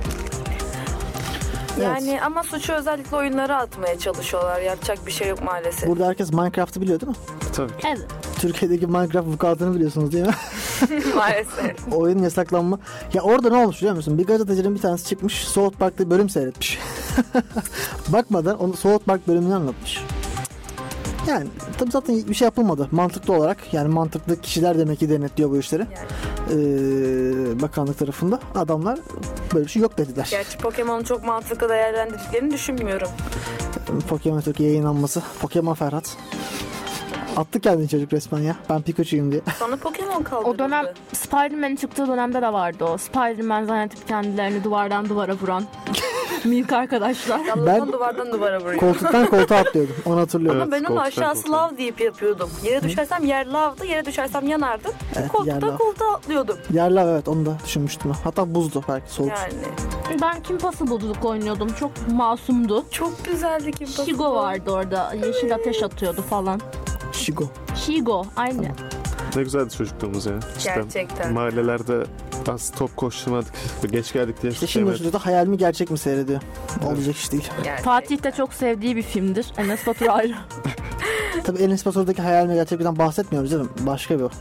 Yani ama suçu özellikle oyunlara atmaya çalışıyorlar. Yapacak bir şey yok maalesef. Burada herkes Minecraft'ı biliyor değil mi? Tabii. Evet. Türkiye'deki Minecraft vukuatını biliyorsunuz değil mi? Maalesef. Oyun yasaklanma. Ya orada ne olmuş biliyor musun? Bir gazetecinin bir tanesi çıkmış South Park'ta bölüm seyretmiş. Bakmadan onu South Park bölümünü anlatmış. Yani tabii zaten bir şey yapılmadı mantıklı olarak. Yani mantıklı kişiler demek ki denetliyor bu işleri. Bakanlık tarafında adamlar böyle bir şey yok dediler. Gerçi Pokemon'u çok mantıklı değerlendirdiklerini düşünmüyorum. Pokemon Türkiye yayınlanması. Pokemon Ferhat. Attı kendini çocuk resmen ya. Ben Pikachu'yum diye. Sonra Pokemon kaldırıldı. O dönem Spider-Man'in çıktığı dönemde de vardı o. Spider-Man zannedip kendilerini duvardan duvara vuran büyük arkadaşlar. Allah'tan duvardan duvara vuruyor. Koltuktan koltuğa atlıyordum. Onu hatırlıyorum. Ama ben onu koltuktan aşağısı koltuğa. lav deyip yapıyordum. Yere düşersem yer lavdı, yere düşersem yanardım. Evet, yer Koltuktan lav. koltuğa atlıyordum. Yerler evet onu da düşünmüştüm. Hatta buzdu belki soğuk. Yani Ben Kim Possible'culuk oynuyordum. Çok masumdu. çok güzeldi Kim Possible. Shigo vardı orada. Yeşil ateş atıyordu falan. Shigo. Shigo aynı. Ne güzeldi çocukluğumuz ya. İşte Gerçekten. mahallelerde az top koşturmadık. Geç geldik diye. İşte şimdi çocukta hayal mi gerçek mi seyrediyor. Olacak iş değil. Gerçek. Fatih de çok sevdiği bir filmdir. Enes Batur ayrı. Tabii Enes Batur'daki hayal mi gerçekten bahsetmiyoruz değil mi? Başka bir o.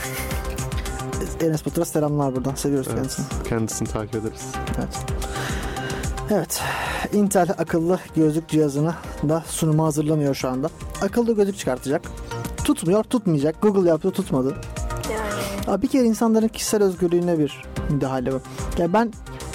Enes Batur'a selamlar buradan. Seviyoruz kendisini. Kendisini takip ederiz. Evet. Evet. Intel akıllı gözlük cihazını da sunuma hazırlanıyor şu anda. Akıllı gözlük çıkartacak. Tutmuyor, tutmayacak. Google yaptı, tutmadı. Yani. Bir kere insanların kişisel özgürlüğüne bir müdahale bu. Yani ben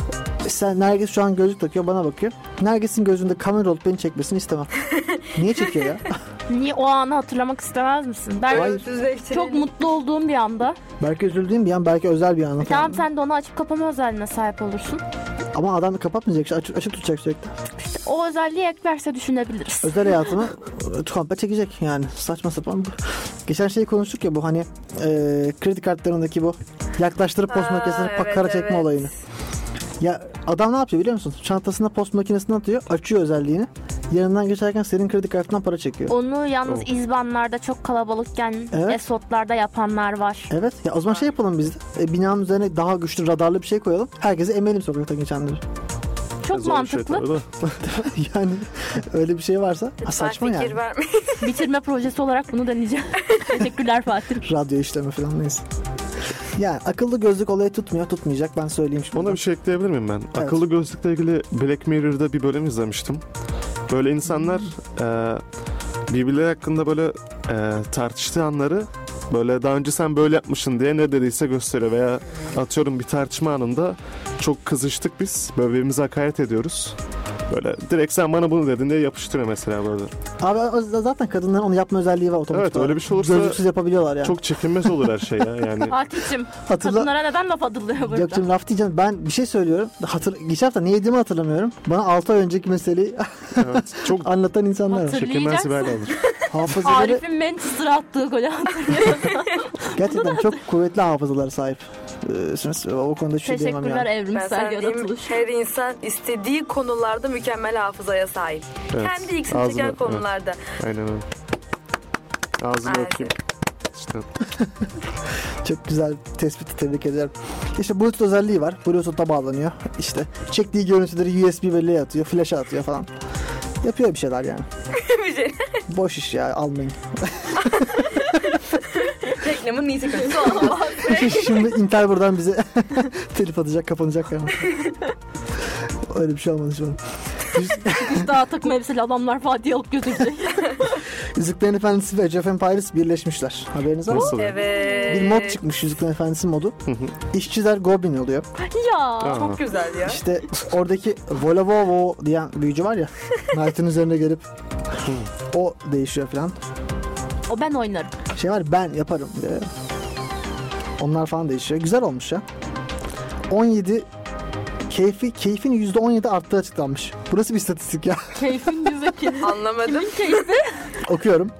Sen Nergis şu an gözlük takıyor, bana bakıyor. Nergis'in gözünde kamera olup beni çekmesini istemem. Niye çekiyor ya? Niye o anı hatırlamak istemez misin? Belki Hayır. çok mutlu olduğum bir anda. Belki üzüldüğüm bir an, belki özel bir an. Tamam, sen de onu açıp kapama özelliğine sahip olursun. Ama adam kapatmayacak, açık tutacak sürekli. O özelliği eklerse düşünebiliriz. Özel hayatını komple çekecek yani, saçma sapan. Geçen şeyi konuştuk ya, bu hani kredi kartlarındaki bu yaklaştırıp post makinesine kara çekme olayını. Ya adam ne yapıyor biliyor musun? Çantasına post makinesine atıyor, açıyor özelliğini. Yanından geçerken senin kredi kartından para çekiyor. Onu yalnız izbanlarda çok kalabalıkken esotlarda yapanlar var. Evet. Ya o zaman şey yapalım biz de. Binanın üzerine daha güçlü radarlı bir şey koyalım. Herkese emelim sokakta geçenleri. Çok Zor bir şey mantıklı. tabii de. Yani öyle bir şey varsa saçma fikir yani. vermeyin. Bitirme projesi olarak bunu deneyeceğim. Teşekkürler Fatih. Radyo işleme falan, neyse. Yani akıllı gözlük olayı tutmayacak, ben söyleyeyim şimdi. Ona bir şey ekleyebilir miyim ben? Evet. Akıllı gözlükle ilgili Black Mirror'da bir bölüm izlemiştim. Böyle insanlar birbirleri hakkında böyle tartıştığı anları böyle daha önce sen böyle yapmışsın diye ne dediyse gösteriyor, veya atıyorum bir tartışma anında çok kızıştık biz, böyle birbirimize hakaret ediyoruz. Böyle direkt sen bana bunu dedin diye yapıştırıyor mesela böyle. Abi zaten kadınların onu yapma özelliği var otomatik. Evet, öyle bir şey olursa gözlüksüz yapabiliyorlar yani. çok çekinmez olur her şey ya yani. Fatih'cim, Hatırla- kadınlara neden laf atılıyor burada? Gökçen laf diyeceğim. Ben bir şey söylüyorum. Geçen hafta ne yediğimi hatırlamıyorum. Bana 6 ay önceki meseleyi Evet, çok anlatan insanlar var. çekinmez bir hal alır. Hafızaları Arif'in Manchester'a attığı golü hatırlıyorum. gerçekten çok kuvvetli hafızalara sahip. O konuda bir şey diyemem Teşekkürler yani. Ben evrimsel sana diyeyim, yaratılış. her insan istediği konularda mükemmel hafızaya sahip. Evet. Kendi ilgisini Ağzına- çeken evet. konularda. Aynen öyle. Ağzını Maalesef. öpeyim. İşte. Çok güzel tespiti, tebrik ederim. İşte Bluetooth özelliği var. Bluetooth'a bağlanıyor. İşte çektiği görüntüleri USB belleğe atıyor, flash'a atıyor falan. Yapıyor bir şeyler yani. Bir şey. Boş iş ya, almayın. Reklamın iyisi kötüsü olmaz. Şimdi Intel buradan bize telif atacak, kapanacak yani. Öyle bir şey olmadı şu an. Daha takım elbiseli adamlar Fatih'i alıp götürecek. Yüzüklerin Efendisi ve Age of Empires birleşmişler. Haberiniz var mı? Nasıl? Evet. Bir mod çıkmış, Yüzüklerin Efendisi modu. İşçiler Goblin oluyor. Ya. Çok güzel ya. İşte oradaki Volavovo diyen büyücü var ya, Knight'ın üzerine gelip o değişiyor falan. O ben oynarım. Şey var, ben yaparım diye. Onlar falan değişiyor. Güzel olmuş ya. 17 keyfin %17 arttığı açıklanmış. Burası bir istatistik ya. Keyfin yüzeki. Anlamadım. Keyfi. Okuyorum.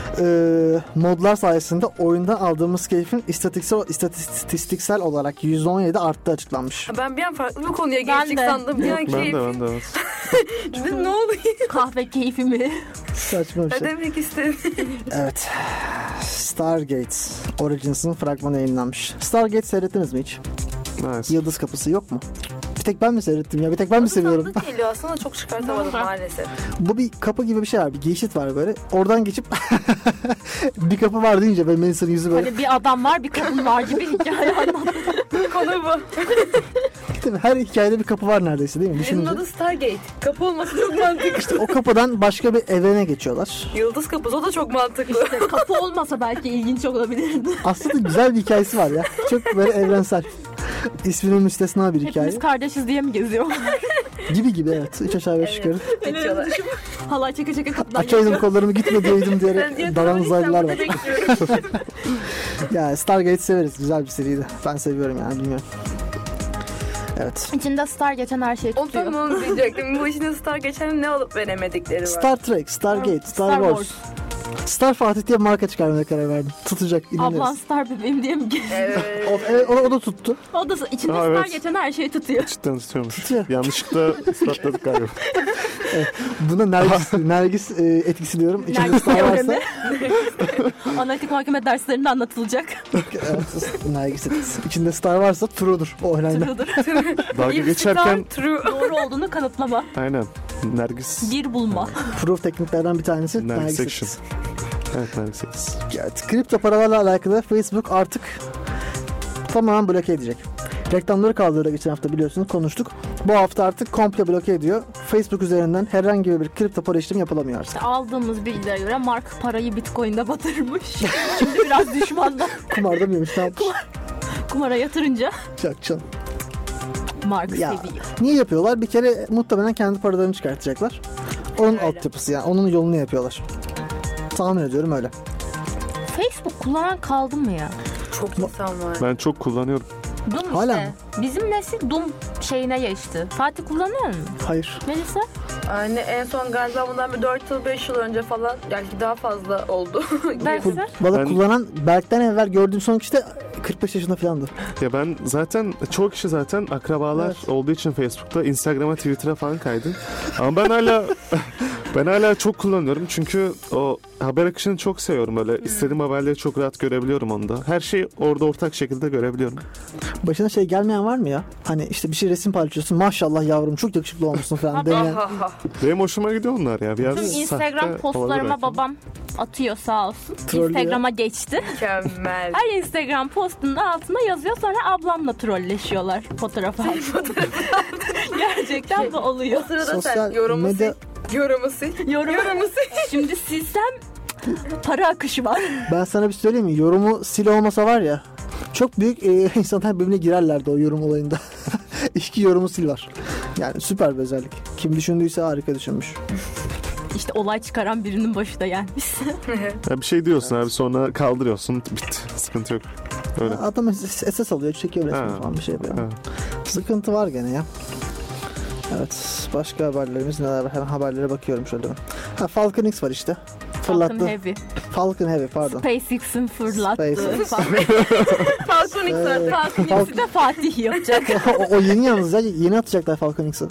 Modlar sayesinde oyundan aldığımız keyfin istatistiksel olarak %17 arttığı açıklanmış. Ben bir an farklı bir konuya Ben geçtik de. sandım. Bir an Ben keyif. de evet. Dedim, ne oluyor? Kahve keyfi mi? Saçma bir Ne şey. demek istedin? Evet. Stargate Origins'ın fragmanı yayınlanmış. Stargate seyrettiniz mi hiç? Nice. Yıldız Kapısı yok mu? Bir tek ben mi seyrettim ya? Bir tek ben mi seviyorum? Tanıdık geliyor aslında, çok çıkartamadım maalesef. Bu bir kapı gibi bir şey var. Bir geçit var böyle. Oradan geçip bir kapı var deyince böyle Melisa'nın yüzü böyle. Hani bir adam var, bir kadın var gibi hikaye anlat. Konu bu. Değil mi? Her hikayede bir kapı var neredeyse, değil mi? Bunun Düşününce. adı Stargate. Kapı olması çok mantıklı. O kapıdan başka bir evrene geçiyorlar. Yıldız kapısı, o da çok mantıklı. İşte kapı olmasa belki ilginç olabilirdi. Aslında güzel bir hikayesi var ya. Çok böyle evrensel. İsminin müstesna bir hikaye. Hepimiz kardeşiz diye mi geziyor? Gibi evet. 3 aşağı 5 yukarı. Geçiyorlar. Halay çeke çeke kapıdan Açaydım geçiyor. kollarımı, gitme diyeydim Ben diyerek diye daran tamam, uzaylılar var. İstanbul'da bekliyorum. Ya Stargate severiz. Güzel bir seriydi. Ben seviyorum yani, bilmiyorum. Evet. İçinde Star geçen her şeyi O tutuyor. tam onu diyecektim. Bu işin Star geçen ne alıp veremedikleri var. Star Trek, Stargate, Star Star Wars. Star Fatih diye marka çıkarmaya karar verdim. Tutacak. Ablan inanırız. Star bebeğim diye mi geziyor? Evet. O da tuttu. O da içinde Aa, Star evet. geçen her şeyi tutuyor. Cidden tutuyormuş. Tutuyor. Yanlışlıkla ispatladık galiba. Buna Nergis etkisi diyorum. İçinde Nergis Star varsa teoremi. Analitik muhakeme derslerinde anlatılacak. evet, Nergis etkisi. İçinde Star varsa true'dur. O önemli. True'dur. Dalga If geçerken Star true. Doğru olduğunu kanıtlama. aynen. Nergis. Bir bulma. Proof tekniklerden bir tanesi Nergis Nergis section. etkisi. Evet, Nergis etkisi. Evet, kripto paralarla alakalı Facebook artık tamamen bloke edecek. Reklamları kaldırdı geçen hafta, biliyorsunuz, konuştuk. Bu hafta artık komple bloke ediyor. Facebook üzerinden herhangi bir kripto para işlemi yapılamıyor artık. Aldığımız bilgilere göre Mark parayı Bitcoin'de batırmış. Şimdi biraz düşmanlar Kumarda mıymış? Ne yapmış? kumara yatırınca. Yok canım. Mark Ya seviyor. niye yapıyorlar? Bir kere muhtemelen kendi paralarını çıkartacaklar. Onun altyapısı yani. Onun yolunu yapıyorlar. Tahmin ediyorum öyle. Facebook kullanan kaldı mı ya? Çok insan var. Ben çok kullanıyorum. Doom Hala işte. mı? Bizim nesil Doom şeyine geçti. Fatih kullanıyor mu? Hayır. Melisa? Yani en son galiba bundan bir 4 yıl 5 yıl önce falan, belki daha fazla oldu. Derse? Valla Ben- kullanan Berk'ten evvel gördüğüm son kişi de 45 yaşında falandı. Ya ben zaten çoğu kişi zaten akrabalar Evet. olduğu için Facebook'ta, Instagram'a, Twitter'a falan kaydı. Ama ben hala çok kullanıyorum çünkü o haber akışını çok seviyorum, öyle istediğim haberleri çok rahat görebiliyorum onda. Her şeyi orada ortak şekilde görebiliyorum. Başına şey gelmeyen var mı ya? Hani işte bir şey resim paylaşıyorsun. Maşallah yavrum çok yakışıklı olmuşsun falan demeyen. Benim hoşuma gidiyor onlar ya. Biraz Tüm Instagram sahte olabilir postlarıma belki. babam atıyor sağ olsun. Trollüyor. Instagram'a geçti. Mükemmel. Her Instagram postunda altına yazıyor, sonra ablamla trolleşiyorlar fotoğrafı. Gerçekten bu oluyor. O sırada Sosyal sen yorumu medya- sil. Yorumu sil. Yorumu şimdi silsem para akışı var. Ben sana bir söyleyeyim mi? Yorumu sil olmasa var ya, çok büyük insanlar birbirine girerlerdi o yorum olayında. İki yorumu sil var. Yani süper bir özellik. Kim düşündüyse harika düşünmüş. İşte olay çıkaran birinin başı da gelmiş. Ya bir şey diyorsun abi, sonra kaldırıyorsun, bitti. Sıkıntı yok. Öyle. Adam SS alıyor, çekiyor resmi Ha. falan bir şey yapıyor. Ha. Sıkıntı var gene ya. Evet. Başka haberlerimiz neler var? Hemen haberlere bakıyorum şöyle. Ha, Falcon X var işte. Fırlattı. Falcon Heavy. Falcon Heavy pardon. SpaceX'in fırlattığı. SpaceX. Falcon X artık. Falcon X'i de Fatih yapacak. o yeni yalnız ya. Yeni atacaklar Falcon X'i.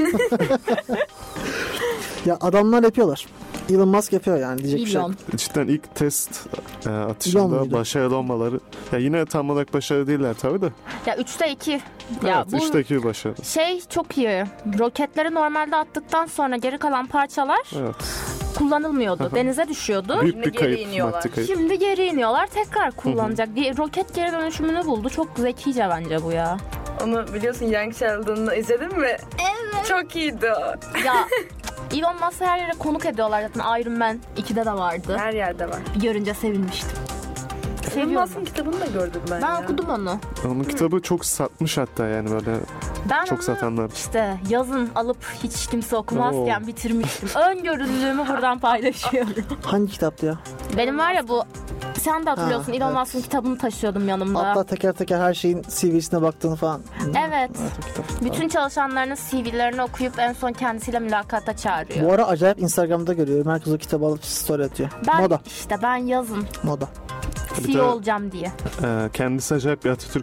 Ya adamlar yapıyorlar. Elon Musk yapıyor yani, diyecek bir şey. Elon. Cidden ilk test Elon atışında muydu? başarılı olmaları. Ya yine tam olarak başarılı değiller tabii de. Ya 3'te 2. Ya Evet, bu 3'teki bir başarı. şey çok iyi. Roketleri normalde attıktan sonra geri kalan parçalar Evet. kullanılmıyordu. Denize düşüyordu. Büyük Şimdi bir geri kayıp, iniyorlar. maddi kayıp. Şimdi geri iniyorlar, tekrar kullanacak. Bir roket geri dönüşümünü buldu. Çok zekice bence bu ya. Onu biliyorsun, Young Sheldon'ı izledin mi? Evet. Çok iyiydi o. Ya Elon Musk'ı her yere konuk ediyorlar zaten. Iron Man 2'de de vardı. Her yerde var. Bir görünce sevinmiştim. Elon Seviyorum. Musk'ın kitabını da gördüm ben ya. Ben okudum onu. Onun kitabı çok satmış hatta, yani böyle Ben çok onu satanlar. işte yazın alıp hiç kimse okumazken Oo. bitirmiştim. Öngörülülüğümü buradan paylaşıyorum. Hangi kitaptı ya? Benim var ya bu, sen de hatırlıyorsun, Ha, Elon evet. Musk'ın kitabını taşıyordum yanımda. Hatta teker teker her şeyin CV'sine baktığını falan. Evet. o kitap. Bütün çalışanlarının CV'lerini okuyup en son kendisiyle mülakata çağırıyor. Bu ara acayip Instagram'da görüyorum. Herkes o kitabı alıp story atıyor. Ben Moda. işte ben yazın Moda. Bir de- CEO olacağım diye. Kendisi acayip bir Atatürk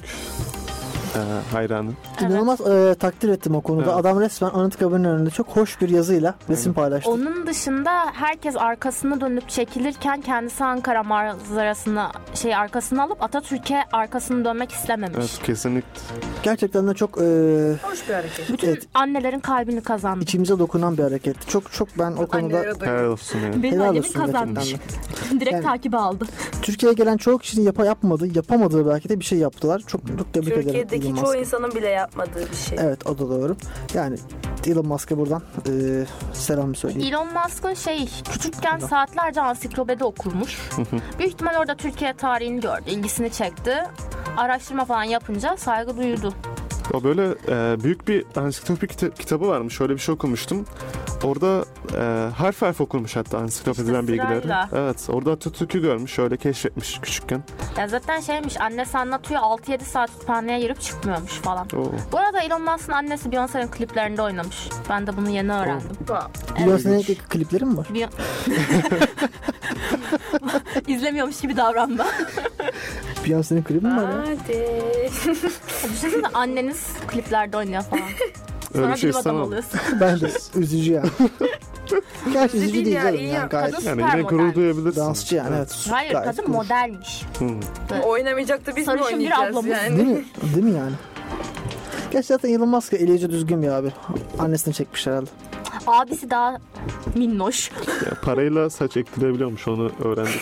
hayranı. Evet. İnanılmaz takdir ettim o konuda. Evet. Adam resmen Anıtkabir'in önünde çok hoş bir yazıyla resim paylaştı. Onun dışında herkes arkasını dönüp çekilirken kendisi Ankara manzarasını arkasını alıp Atatürk'e arkasını dönmek istememiş. Evet, kesinlikle. Gerçekten de çok Hoş bir hareket. Bütün Evet. annelerin kalbini kazandı. içimize dokunan bir hareketti. Çok ben o konuda Annelere Helal doyum. olsun yani. Benim helal annemin olsun gerçekten kazanmış. de. Direkt Yani- takibi aldı. Türkiye'ye gelen çoğu kişinin yapamadığı belki de bir şey yaptılar. Çok tebrik ederim. Türkiye'deki Elon çoğu Musk'a. insanın bile yapmadığı bir şey. Evet, o da doğru. Yani Elon Musk'a buradan selam söyleyeyim. Elon Musk'ın küçükken saatlerce ansiklopedi okurmuş. Büyük ihtimal orada Türkiye tarihini gördü, ilgisini çekti. Araştırma falan yapınca saygı duyuldu. O böyle büyük bir ansiklopedi kitabı varmış. Şöyle bir şey okumuştum. Orada harf harf okurmuş hatta ansiklopediden İşte bilgileri. sırayla. Evet, orada Atatürk'ü görmüş. Şöyle keşfetmiş küçükken. Ya zaten annesi anlatıyor, 6-7 saat kütüphaneye girip çıkmıyormuş falan. Oo. Bu arada Elon Musk'ın annesi Beyoncé'nin kliplerinde oynamış. Ben de bunu yeni öğrendim. Beyoncé'nin klipleri mi var? İzlemiyormuş gibi davranma. Beyoncé'nin klibi mi var ya? Hadi. Düşünsene anneniz kliplerde oynuyor falan. Öyle Sonra bir şey bilim adamı istemem. oluyorsun. Ben de üzücü yani. Gerçi üzücü değil değil ya, canım iyi yani ya. gayet. Kadın Yani süper yine gurur model. duyabilirsin. Dansçı yani evet. Hayır, Gayet kadın cool. modelmiş. Oynamayacak da biz mi Sarışın bir oynayacağız ablamız. yani? Değil mi? Değil mi yani? Gerçi zaten Elon Musk eleyece düzgün bir abi. Annesini çekmiş herhalde. Abisi daha minnoş. Ya, parayla saç ektirebiliyormuş, onu öğrendik.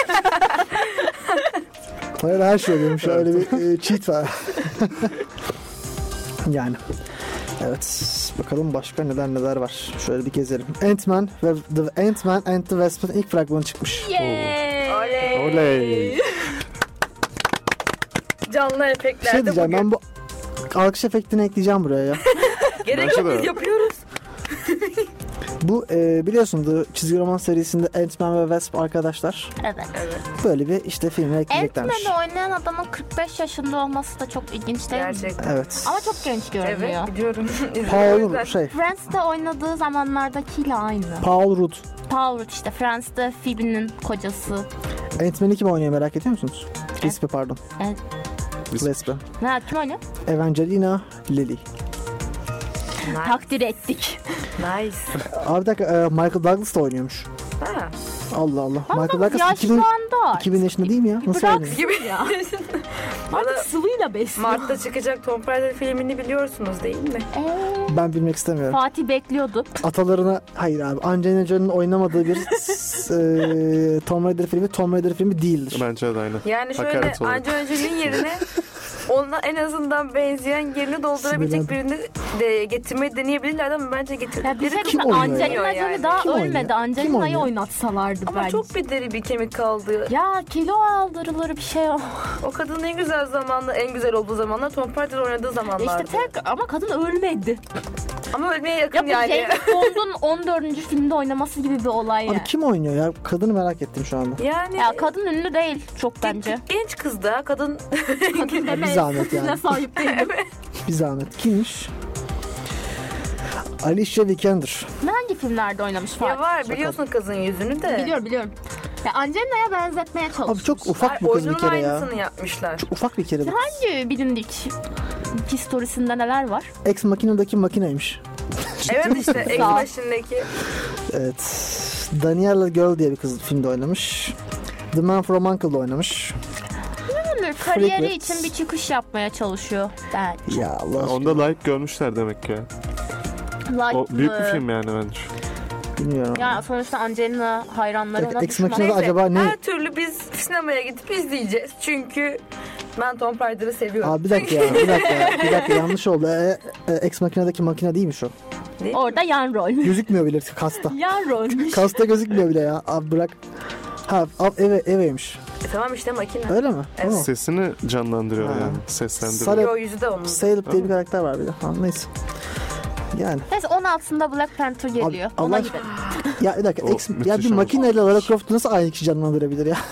Hayır, her şey oluyormuş. Öyle bir cheat var. Yani. Evet. Bakalım başka neler var. Şöyle bir gezelim. Ant-Man ve The Ant-Man and the Wasp'ın ilk fragmanı çıkmış. Yay! Oley. Oley. Canlı Bir efektlerde şey diyeceğim, bugün. ben bu alkış efektini ekleyeceğim buraya ya. Gerek Bence yok, de. biz yapıyoruz. Bu biliyorsun çizgi roman serisinde Ant-Man ve Wasp arkadaşlar. Evet. Böyle bir işte filme ekleyeceklermiş. Ant-Man'i oynayan adamın 45 yaşında olması da çok ilginç değil mi? Gerçekten. Evet. Ama çok genç görünüyor. Evet biliyorum. Paul Friends'te oynadığı zamanlardakiyle aynı. Paul Rudd. Paul Rudd işte Friends'te Phoebe'nin kocası. Ant-Man'i kim oynuyor merak ediyor musunuz? Wasp'i pardon. Evet. Wasp'i. Ne kim oynuyor? Evangelina Lilly. Takdir ettik. Nice. Abi bir dakika Michael Douglas da oynuyormuş. Ha. Allah Allah. Ama Michael Douglas 2000 yaşlandı. 2000 yaşında değil mi ya? Nasıl Bırak oynuyor? Gibi. ya. Artık sıvıyla besliyor. Mart'ta çıkacak Tomb Raider filmini biliyorsunuz değil mi? Ben bilmek istemiyorum. Fatih bekliyordu. Atalarına hayır abi. Angelina Jolie'nin oynamadığı bir Tomb Raider filmi değildir. Bence de aynı. Yani şöyle Hakaret olarak. Angelina Jolie'nin yerine ona en azından benzeyen yerini doldurabilecek birini de getirmeyi deneyebilirler ama bence Ya bir getirdikleri şey Kim diyeyim, oynuyor Angelina yani? Jolie daha Kim oynuyor? ölmedi. Kim Angelina'yı oynuyor? oynatsalardı ama bence. çok bir deri bir kemik kaldı. Ya kilo aldırılır bir şey o. O kadının en güzel zamanı, en güzel olduğu zamanlar Tomb Raider oynadığı zamanlardı. İşte ama kadın ölmedi. Ama ölmeye yakın Ya bu yani. James Bond'un 14. filmde oynaması gibi bir olay Abi yani. kim oynuyor ya? Kadını merak ettim şu anda. Yani Ya kadın ünlü değil çok bence. genç kız da kadın Kadın Bir zahmet yani. sahip değilim. Bir zahmet. Kimmiş? Alicia Vikander. Hangi filmlerde oynamış Fatih? ya var biliyorsun kızın yüzünü de. Biliyorum. Ya Angelina'ya benzetmeye çalışmış. Abi çok ufak bir kız bir Oyunun kere ya. aynısını yapmışlar. Çok ufak bir kere. Hangi bilindik historisinde neler var? Ex Machina'daki makineymiş. Evet işte Ex Sağ ol. Machine'deki Evet. Daniela Girl diye bir kız filmde oynamış. The Man from U.N.C.L.'da oynamış. Kariyeri Freak için bir çıkış yapmaya çalışıyor bence. Ya Allah aşkına. Onda like görmüşler demek ki. Like O büyük bir mı? film yani bence. Bilmiyorum. Ya sonuçta Angelina hayranları ona Ex düşman. Machina'da acaba ne? her türlü biz sinemaya gidip izleyeceğiz. Çünkü ben Tomb Raider'ı seviyorum. Abi bir dakika yanlış oldu. Ex Machina'daki makine değilmiş o. Orada yan rol. Gözükmüyor bile kasta. Yan rolmüş. Kasta gözükmüyor bile ya. Abi bırak. Ha eveymiş. Tamam işte makine. Öyle mi? Evet. Tamam. Sesini canlandırıyor Ha. yani. Seslendiriyor. Sarı- O yüzü de onun. Salep diye bir karakter var bir de. Ha, neyse. Yani. Neyse 16'sında Black Panther geliyor. Allah Ona aşkına. gidelim. Ya bir dakika. O Ya müthiş bir olur. makineyle Lara Croft'u nasıl aynı kişi canlandırabilir ya?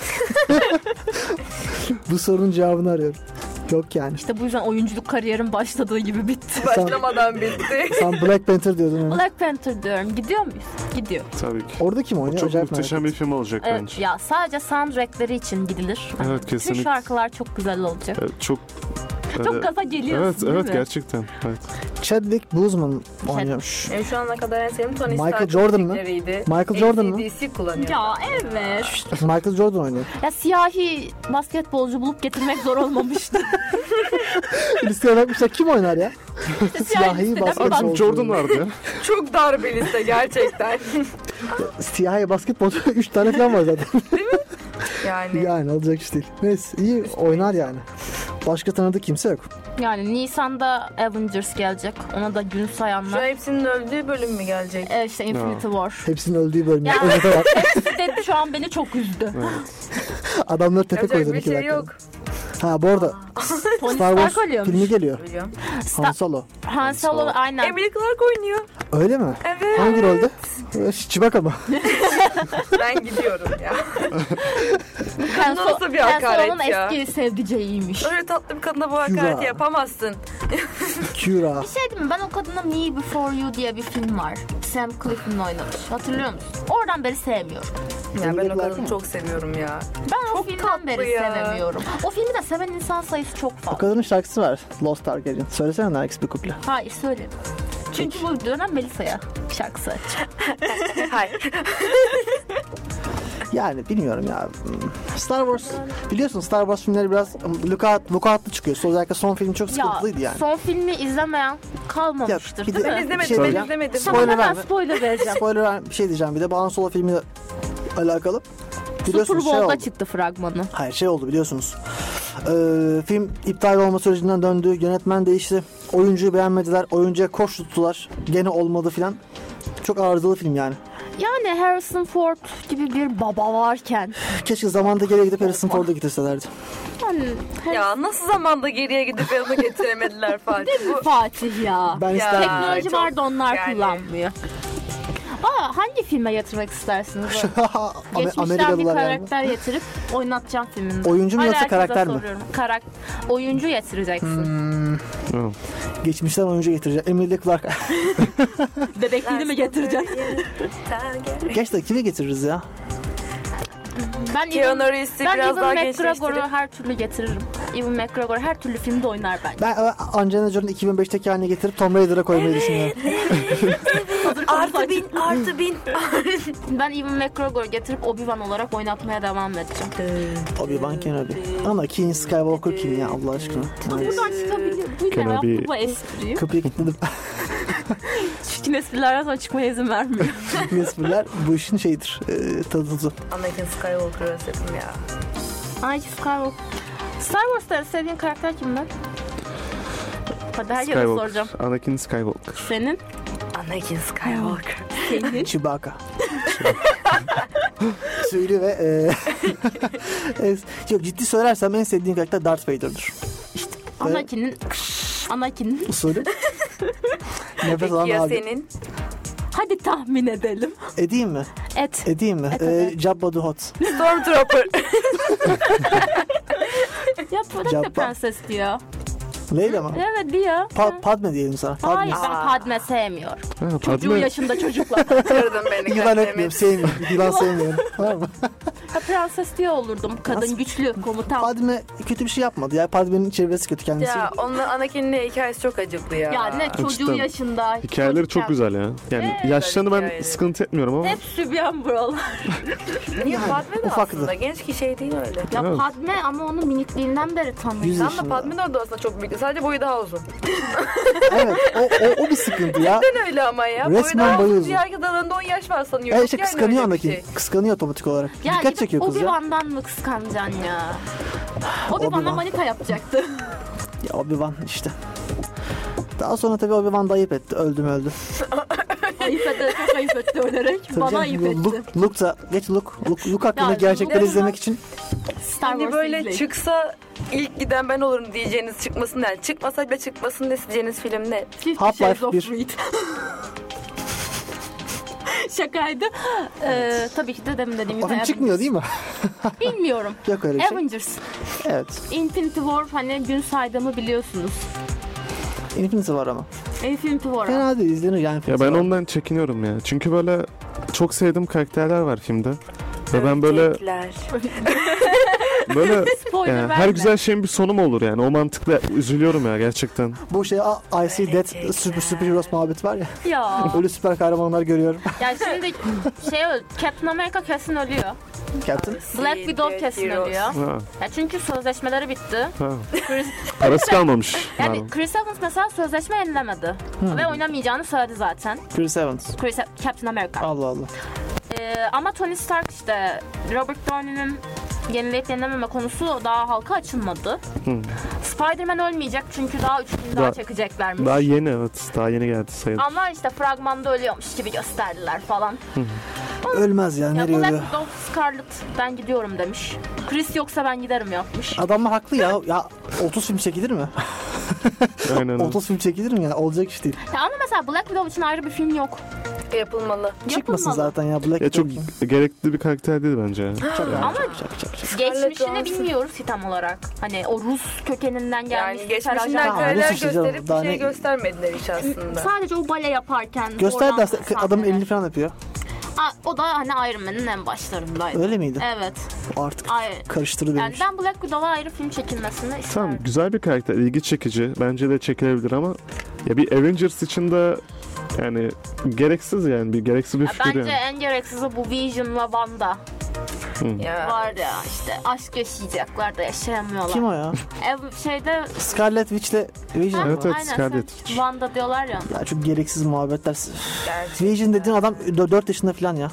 Bu sorunun cevabını arıyorum. Yok yani. İşte bu yüzden oyunculuk kariyerim başladığı gibi bitti. Başlamadan bitti. Sen Black Panther diyordun. Ya. Black Panther diyorum. Gidiyor muyuz? Gidiyor. Tabii ki. Orada kim O oynuyor? çok Acayip merak muhteşem bir film olacak Evet, bence. ya sadece soundtrackleri için gidilir. Evet, Bütün kesinlikle. şarkılar çok güzel olacak. Evet, çok Çok gaza geliyorsun Evet, değil evet mi? gerçekten. Evet. Chadwick Boseman oynuyormuş. Şu ana kadar en sevdiğim Tony Michael Stark Jordan mı? müzikleriydi. Michael Jordan mı? AC/DC kullanıyor. Ya evet. Michael Jordan oynuyor. Ya siyahi basketbolcu bulup getirmek zor olmamıştı. Listeye bakmışlar kim oynar ya? Siyahi listeden basketbolcu. Bizim Jordan vardı ya. Çok dar bir liste gerçekten. Siyahi basketbolcu 3 tane falan var zaten. Yani. Yani olacak iş değil. Neyse iyi oynar yani. Başka tanıdık kimse yok. Yani Nisan'da Avengers gelecek. Ona da gün Şu sayanlar. an hepsinin öldüğü bölüm mü gelecek? İşte Infinity War. Hepsinin öldüğü bölüm. Ya. Özete bak. Dedi şu an beni çok üzdü. Adamlar tepe Yapacak koydu bir 2 şey dakika. yok. Ha bu arada Tony Star Stark Wars ölüyormuş. filmi geliyor. Biliyorum. Han Solo. Han Solo aynen. Emilia Clarke oynuyor. Öyle mi? Evet. Hangi rolde? Chewbacca mı? Ben gidiyorum ya. Han Bu nasıl bir Han hakaret Solo'nun ya? eski sevdiceğiymiş. Öyle tatlı bir kadına bu hakareti Kübra. yapamazsın. Kira. Bir şey diyeyim mi? Ben o kadına Me Before You diye bir film var. Sam Claflin'le oynamış. Hatırlıyor musun? Oradan beri sevmiyorum. Ya ben Emilia o Clarke kadını mı? çok seviyorum ya. Ben o Çok filmden tatlı beri ya. sevemiyorum. O filmi de seven insan sayısı çok O fazla. kadının şarkısı var. Lost Targaryen. Söylesene Narix bir kuple. Hayır söyle. Çünkü bu dönem Melisa'ya şarkısı açacak. Hayır. Yani bilmiyorum ya. Star Wars biliyorsun Star Wars filmleri biraz vukuatlı çıkıyor. Özellikle son film çok sıkıntılıydı yani. Son filmi izlemeyen kalmamıştır Ya, bir de- değil Ben mi? izlemedim, şey ben diyeceğim. izlemedim. Sana Spoiler hemen verme. spoiler vereceğim. Bir şey diyeceğim bir de Han Solo filmiyle alakalı. Super Biliyorsunuz şey Bowl'da oldu. çıktı fragmanı. Hayır şey oldu biliyorsunuz. Film iptal olma sürecinden döndü. Yönetmen değişti. Oyuncuyu beğenmediler. Oyuncuya koş tuttular. Gene olmadı filan. Çok arızalı film yani. Yani Harrison Ford gibi bir baba varken Keşke zamanda geriye gidip Harrison Ford'a getirselerdi. Yani Ya nasıl zamanda geriye gidip onu getiremediler Fatih? Bu Fatih ya. Ben isterdim. Teknoloji çok- var da onlar yani- kullanmıyor. Hangi filme yatırmak istersiniz? Geçmişten bir Amerikalılar yani. karakter getirip oynatacağım filminde. Oyuncu mu Hala yoksa herkese karakter mi? soruyorum. Oyuncu getireceksin. Tamam. Geçmişten oyuncu getireceğim. Emilia Clarke. Bebekliğini mi getireceksin? Gerçekten kimi getiririz ya? Ben Keanu Reeves'i ben biraz daha Ewan McGregor'u gençleştirip. her türlü getiririm. Ewan McGregor her türlü filmde oynar bence. Ben Angelina Jolie'nin 2005'teki haline getirip Tom Raider'a koymayı düşünüyorum. Artı bin. Ben Ewan McGregor getirip Obi-Wan olarak oynatmaya devam edeceğim. Obi-Wan Kenobi. Ama King Skywalker kim ya Allah aşkına? Buradan çıkabilir. Bu ne Kenobi. yaptı bu espriyi? Kapıya kilitledim. Çirkin esprilerden sonra çıkmaya izin vermiyor. Espriler bu işin şeyidir. Tadısı. Anakin Skywalker'ı özledim ya. Ay Skywalker. Star Wars'ta sevdiğin karakter kimler? Hadi herkese soracağım. Anakin Skywalker. Senin? Anakin Skywalker. Senin? Chewbacca. Söylüyor ve yok ciddi söylersem en sevdiğim karakter Darth Vader'dır. Anakin'in. Usulü. Nefes alan Peki ya abi. senin? Hadi tahmin edelim. Edeyim mi? Edeyim mi? Et. Jabba the Hutt. Stormtrooper. Ya bu da Jabba. prenses diyor. Leyla mı? Evet diyor. Padme diyelim sana. Hayır Padme. ben Padme sevmiyorum. Ha, Çocuğu Padme. yaşında çocukla. Kırdın beni. Yılan karakterimi. etmiyorum, sevmiyorum. Yılan sevmiyorum. Var mı? Ha, prenses diye olurdum. Kadın Nasıl? güçlü komutan. Padme kötü bir şey yapmadı. Ya Padme'nin çevresi kötü kendisi. Ya onun Anakin'in hikayesi çok acıklı ya. Ya ne çocuğu Cidden. yaşında. Hikayeleri çocukken. çok güzel ya. Yani Evet, yaşlarını ben hikayeleri. sıkıntı etmiyorum ama Hep sübyen buralar. Niye Padme de ufaktı. aslında genç ki şey değil öyle. Ya Evet. Padme ama onu minikliğinden beri tanıyorum. Yüz Tam yaşında. da Padme de aslında çok büyük. Sadece boyu daha uzun. Evet, o bir sıkıntı ya. Neden öyle ama ya? Resmen Boyu daha boyu uzun. uzun. Diğer herkes aralarında 10 yaş var sanıyor. Evet Yok işte yani kıskanıyor öyle bir Anakin. şey. Kıskanıyor otomatik olarak. Ya Dikkat gidip çekiyor kız ya. Obi-Wan'dan mı kıskanacaksın ya? Obi-Wan'a Obi-Wan. manita yapacaktı. Ya Obi-Wan işte. Daha sonra tabii Obi-Wan da ayıp etti. Öldüm. Ayıp etti, çok ayıp etti ölerek. Tabii Bana canım, ayıp etti. Luke da geç Luke hakkında Ya, gerçekleri Luke- izlemek için Star Hani Wars'ı böyle izleyin. çıksa ilk giden ben olurum diyeceğiniz çıkmasın yani. Çıkmasa bile çıkmasın diyeceğiniz film ne? 50 Half-Life Shades of 1. Freed. Şakaydı. Tabii ki de demin dediğim o gibi. film çıkmıyor değil mi? Bilmiyorum. Yok öyle bir şey. Avengers. Evet. Infinity War hani gün saydığımı biliyorsunuz. Infinity var ama. Infinity War. Fena değil izlenir yani. ya ben ondan çekiniyorum ya. Çünkü böyle çok sevdiğim karakterler var filmde. Ve ben böyle Ölecekler. Spoiler yani verme. her güzel şeyin bir sonu mu olur yani? O mantıkla üzülüyorum ya gerçekten. Bu şey I See Dead Super Heroes muhabbet var ya. Ya. Öyle süper kahramanlar görüyorum. Ya şimdi Captain America kesin ölüyor. Captain. Black Widow kesin Heroes. ölüyor. Ha, Ya çünkü sözleşmeleri bitti. ha. Chris, Parası kalmamış. yani Var. Chris Evans mesela sözleşme yenilemedi. Ve oynamayacağını söyledi zaten. Chris Evans. Captain America. Allah Allah. Ama Tony Stark işte Robert Downey'nin yenileyip yenilememe konusu daha halka açılmadı. Spider-Man ölmeyecek çünkü daha 3 gün daha Daha- çekeceklermiş. Daha yeni evet. Daha yeni geldi sayılır. Ama işte fragmanda ölüyormuş gibi gösterdiler falan. Ölmez ya. Ya Nereye Black ölüyor? Widow Scarlet ben gidiyorum demiş. Chris yoksa ben giderim yapmış. Adamlar haklı ya. Ya 30 film çekilir mi? Aynen. 30 film çekilir mi ya? Olacak iş değil. Ya ama mesela Black Widow için ayrı bir film yok. Yapılmalı. Çıkmasın Yapılmalı. zaten ya. Black Ya çok Widow kim? gerekli bir karakter değil bence. ya. Çok Ama çok. geçmişini Johansson. bilmiyoruz hitam olarak. Hani o Rus kökeninden gelmiş Yani bir geçmişinden ajan. Tamam, kareler Rus işi canım. gösterip Daha bir şey ne- göstermediler hiç aslında. Sadece o bale yaparken Gösterdi oradan adamın sahneler. elini falan yapıyor. O da hani Iron Man'in en başlarındaydı. Öyle miydi? Evet. Artık Ay. karıştırdı Yani demiş. ben Black Widow'a ayrı film çekilmesini Tamam isterdim. güzel bir karakter. İlgi çekici. Bence de çekilebilir ama ya bir Avengers için de yani gereksiz yani. Bir gereksiz bir Ya fikir bence yani. en gereksizi bu Vision'la Wanda. Ya. Var ya işte aşk yaşayacaklar da yaşayamıyorlar. Kim o ya? Şeyde Scarlet Witch'le Vision Evet, mı? evet. Scarlet Witch. Wanda diyorlar ya. Ya çok gereksiz muhabbetler. Gerçekten. Vision dediğin adam 4 yaşında falan ya.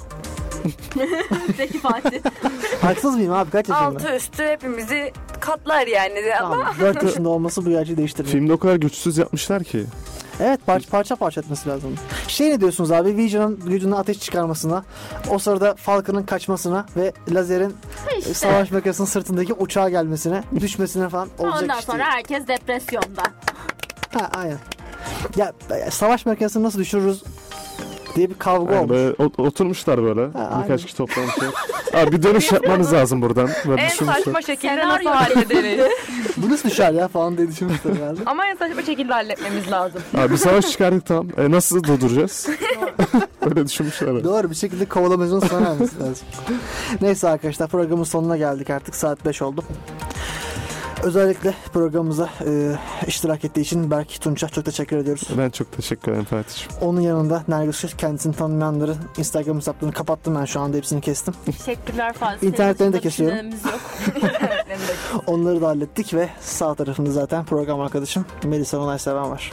Peki Fatih. Haksız mıyım abi? Kaç yaşında? Altı üstü hepimizi katlar yani. Ama Tamam, 4 yaşında olması bu gerçeği değiştirmiyor. Filmde o kadar güçsüz yapmışlar ki. Evet parça etmesi lazım. Şey ne diyorsunuz abi? Vision'ın gücünden ateş çıkarmasına, o sırada Falcon'ın kaçmasına ve lazerin savaş makinesinin sırtındaki uçağa gelmesine, düşmesine falan olacak Ondan işte. sonra herkes depresyonda. Ha, aynen. Ya savaş makinesini nasıl düşürürüz diye bir kavga Yani olmuş. böyle oturmuşlar böyle. aynen. Birkaç kişi toplamışlar. Abi bir dönüş yapmanız lazım buradan. Böyle En düşünmüşler. saçma şekilde Senaryo. nasıl hallederiz? Bu nasıl düşer ya falan diye düşünmüşler herhalde. Ama en saçma şekilde halletmemiz lazım. Abi bir savaş çıkardık tamam. Nasıl durduracağız? Öyle düşünmüşler. Doğru, bir şekilde kovalamacının sona ermesi lazım. Neyse arkadaşlar, programın sonuna geldik artık. Saat 5 oldu. Özellikle programımıza iştirak ettiği için Berk Tunç'a çok teşekkür ediyoruz. Ben çok teşekkür ederim Fatih'ciğim. Onun yanında Nergis Kız, kendisini tanımayanların Instagram hesaplarını kapattım ben, şu anda hepsini kestim. Teşekkürler Fatih. İnternetlerini de Senin dışında kesiyorum. bir çinemimiz yok. Onları da hallettik ve sağ tarafında zaten program arkadaşım Melisa Onay Seven var.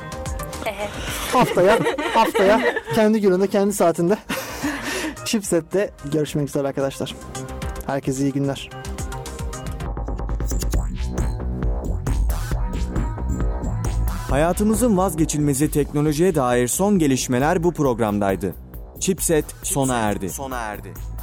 haftaya kendi gününde, kendi saatinde Chipset'te görüşmek üzere arkadaşlar. Herkese iyi günler. Hayatımızın vazgeçilmezi teknolojiye dair son gelişmeler bu programdaydı. Chipset sona erdi.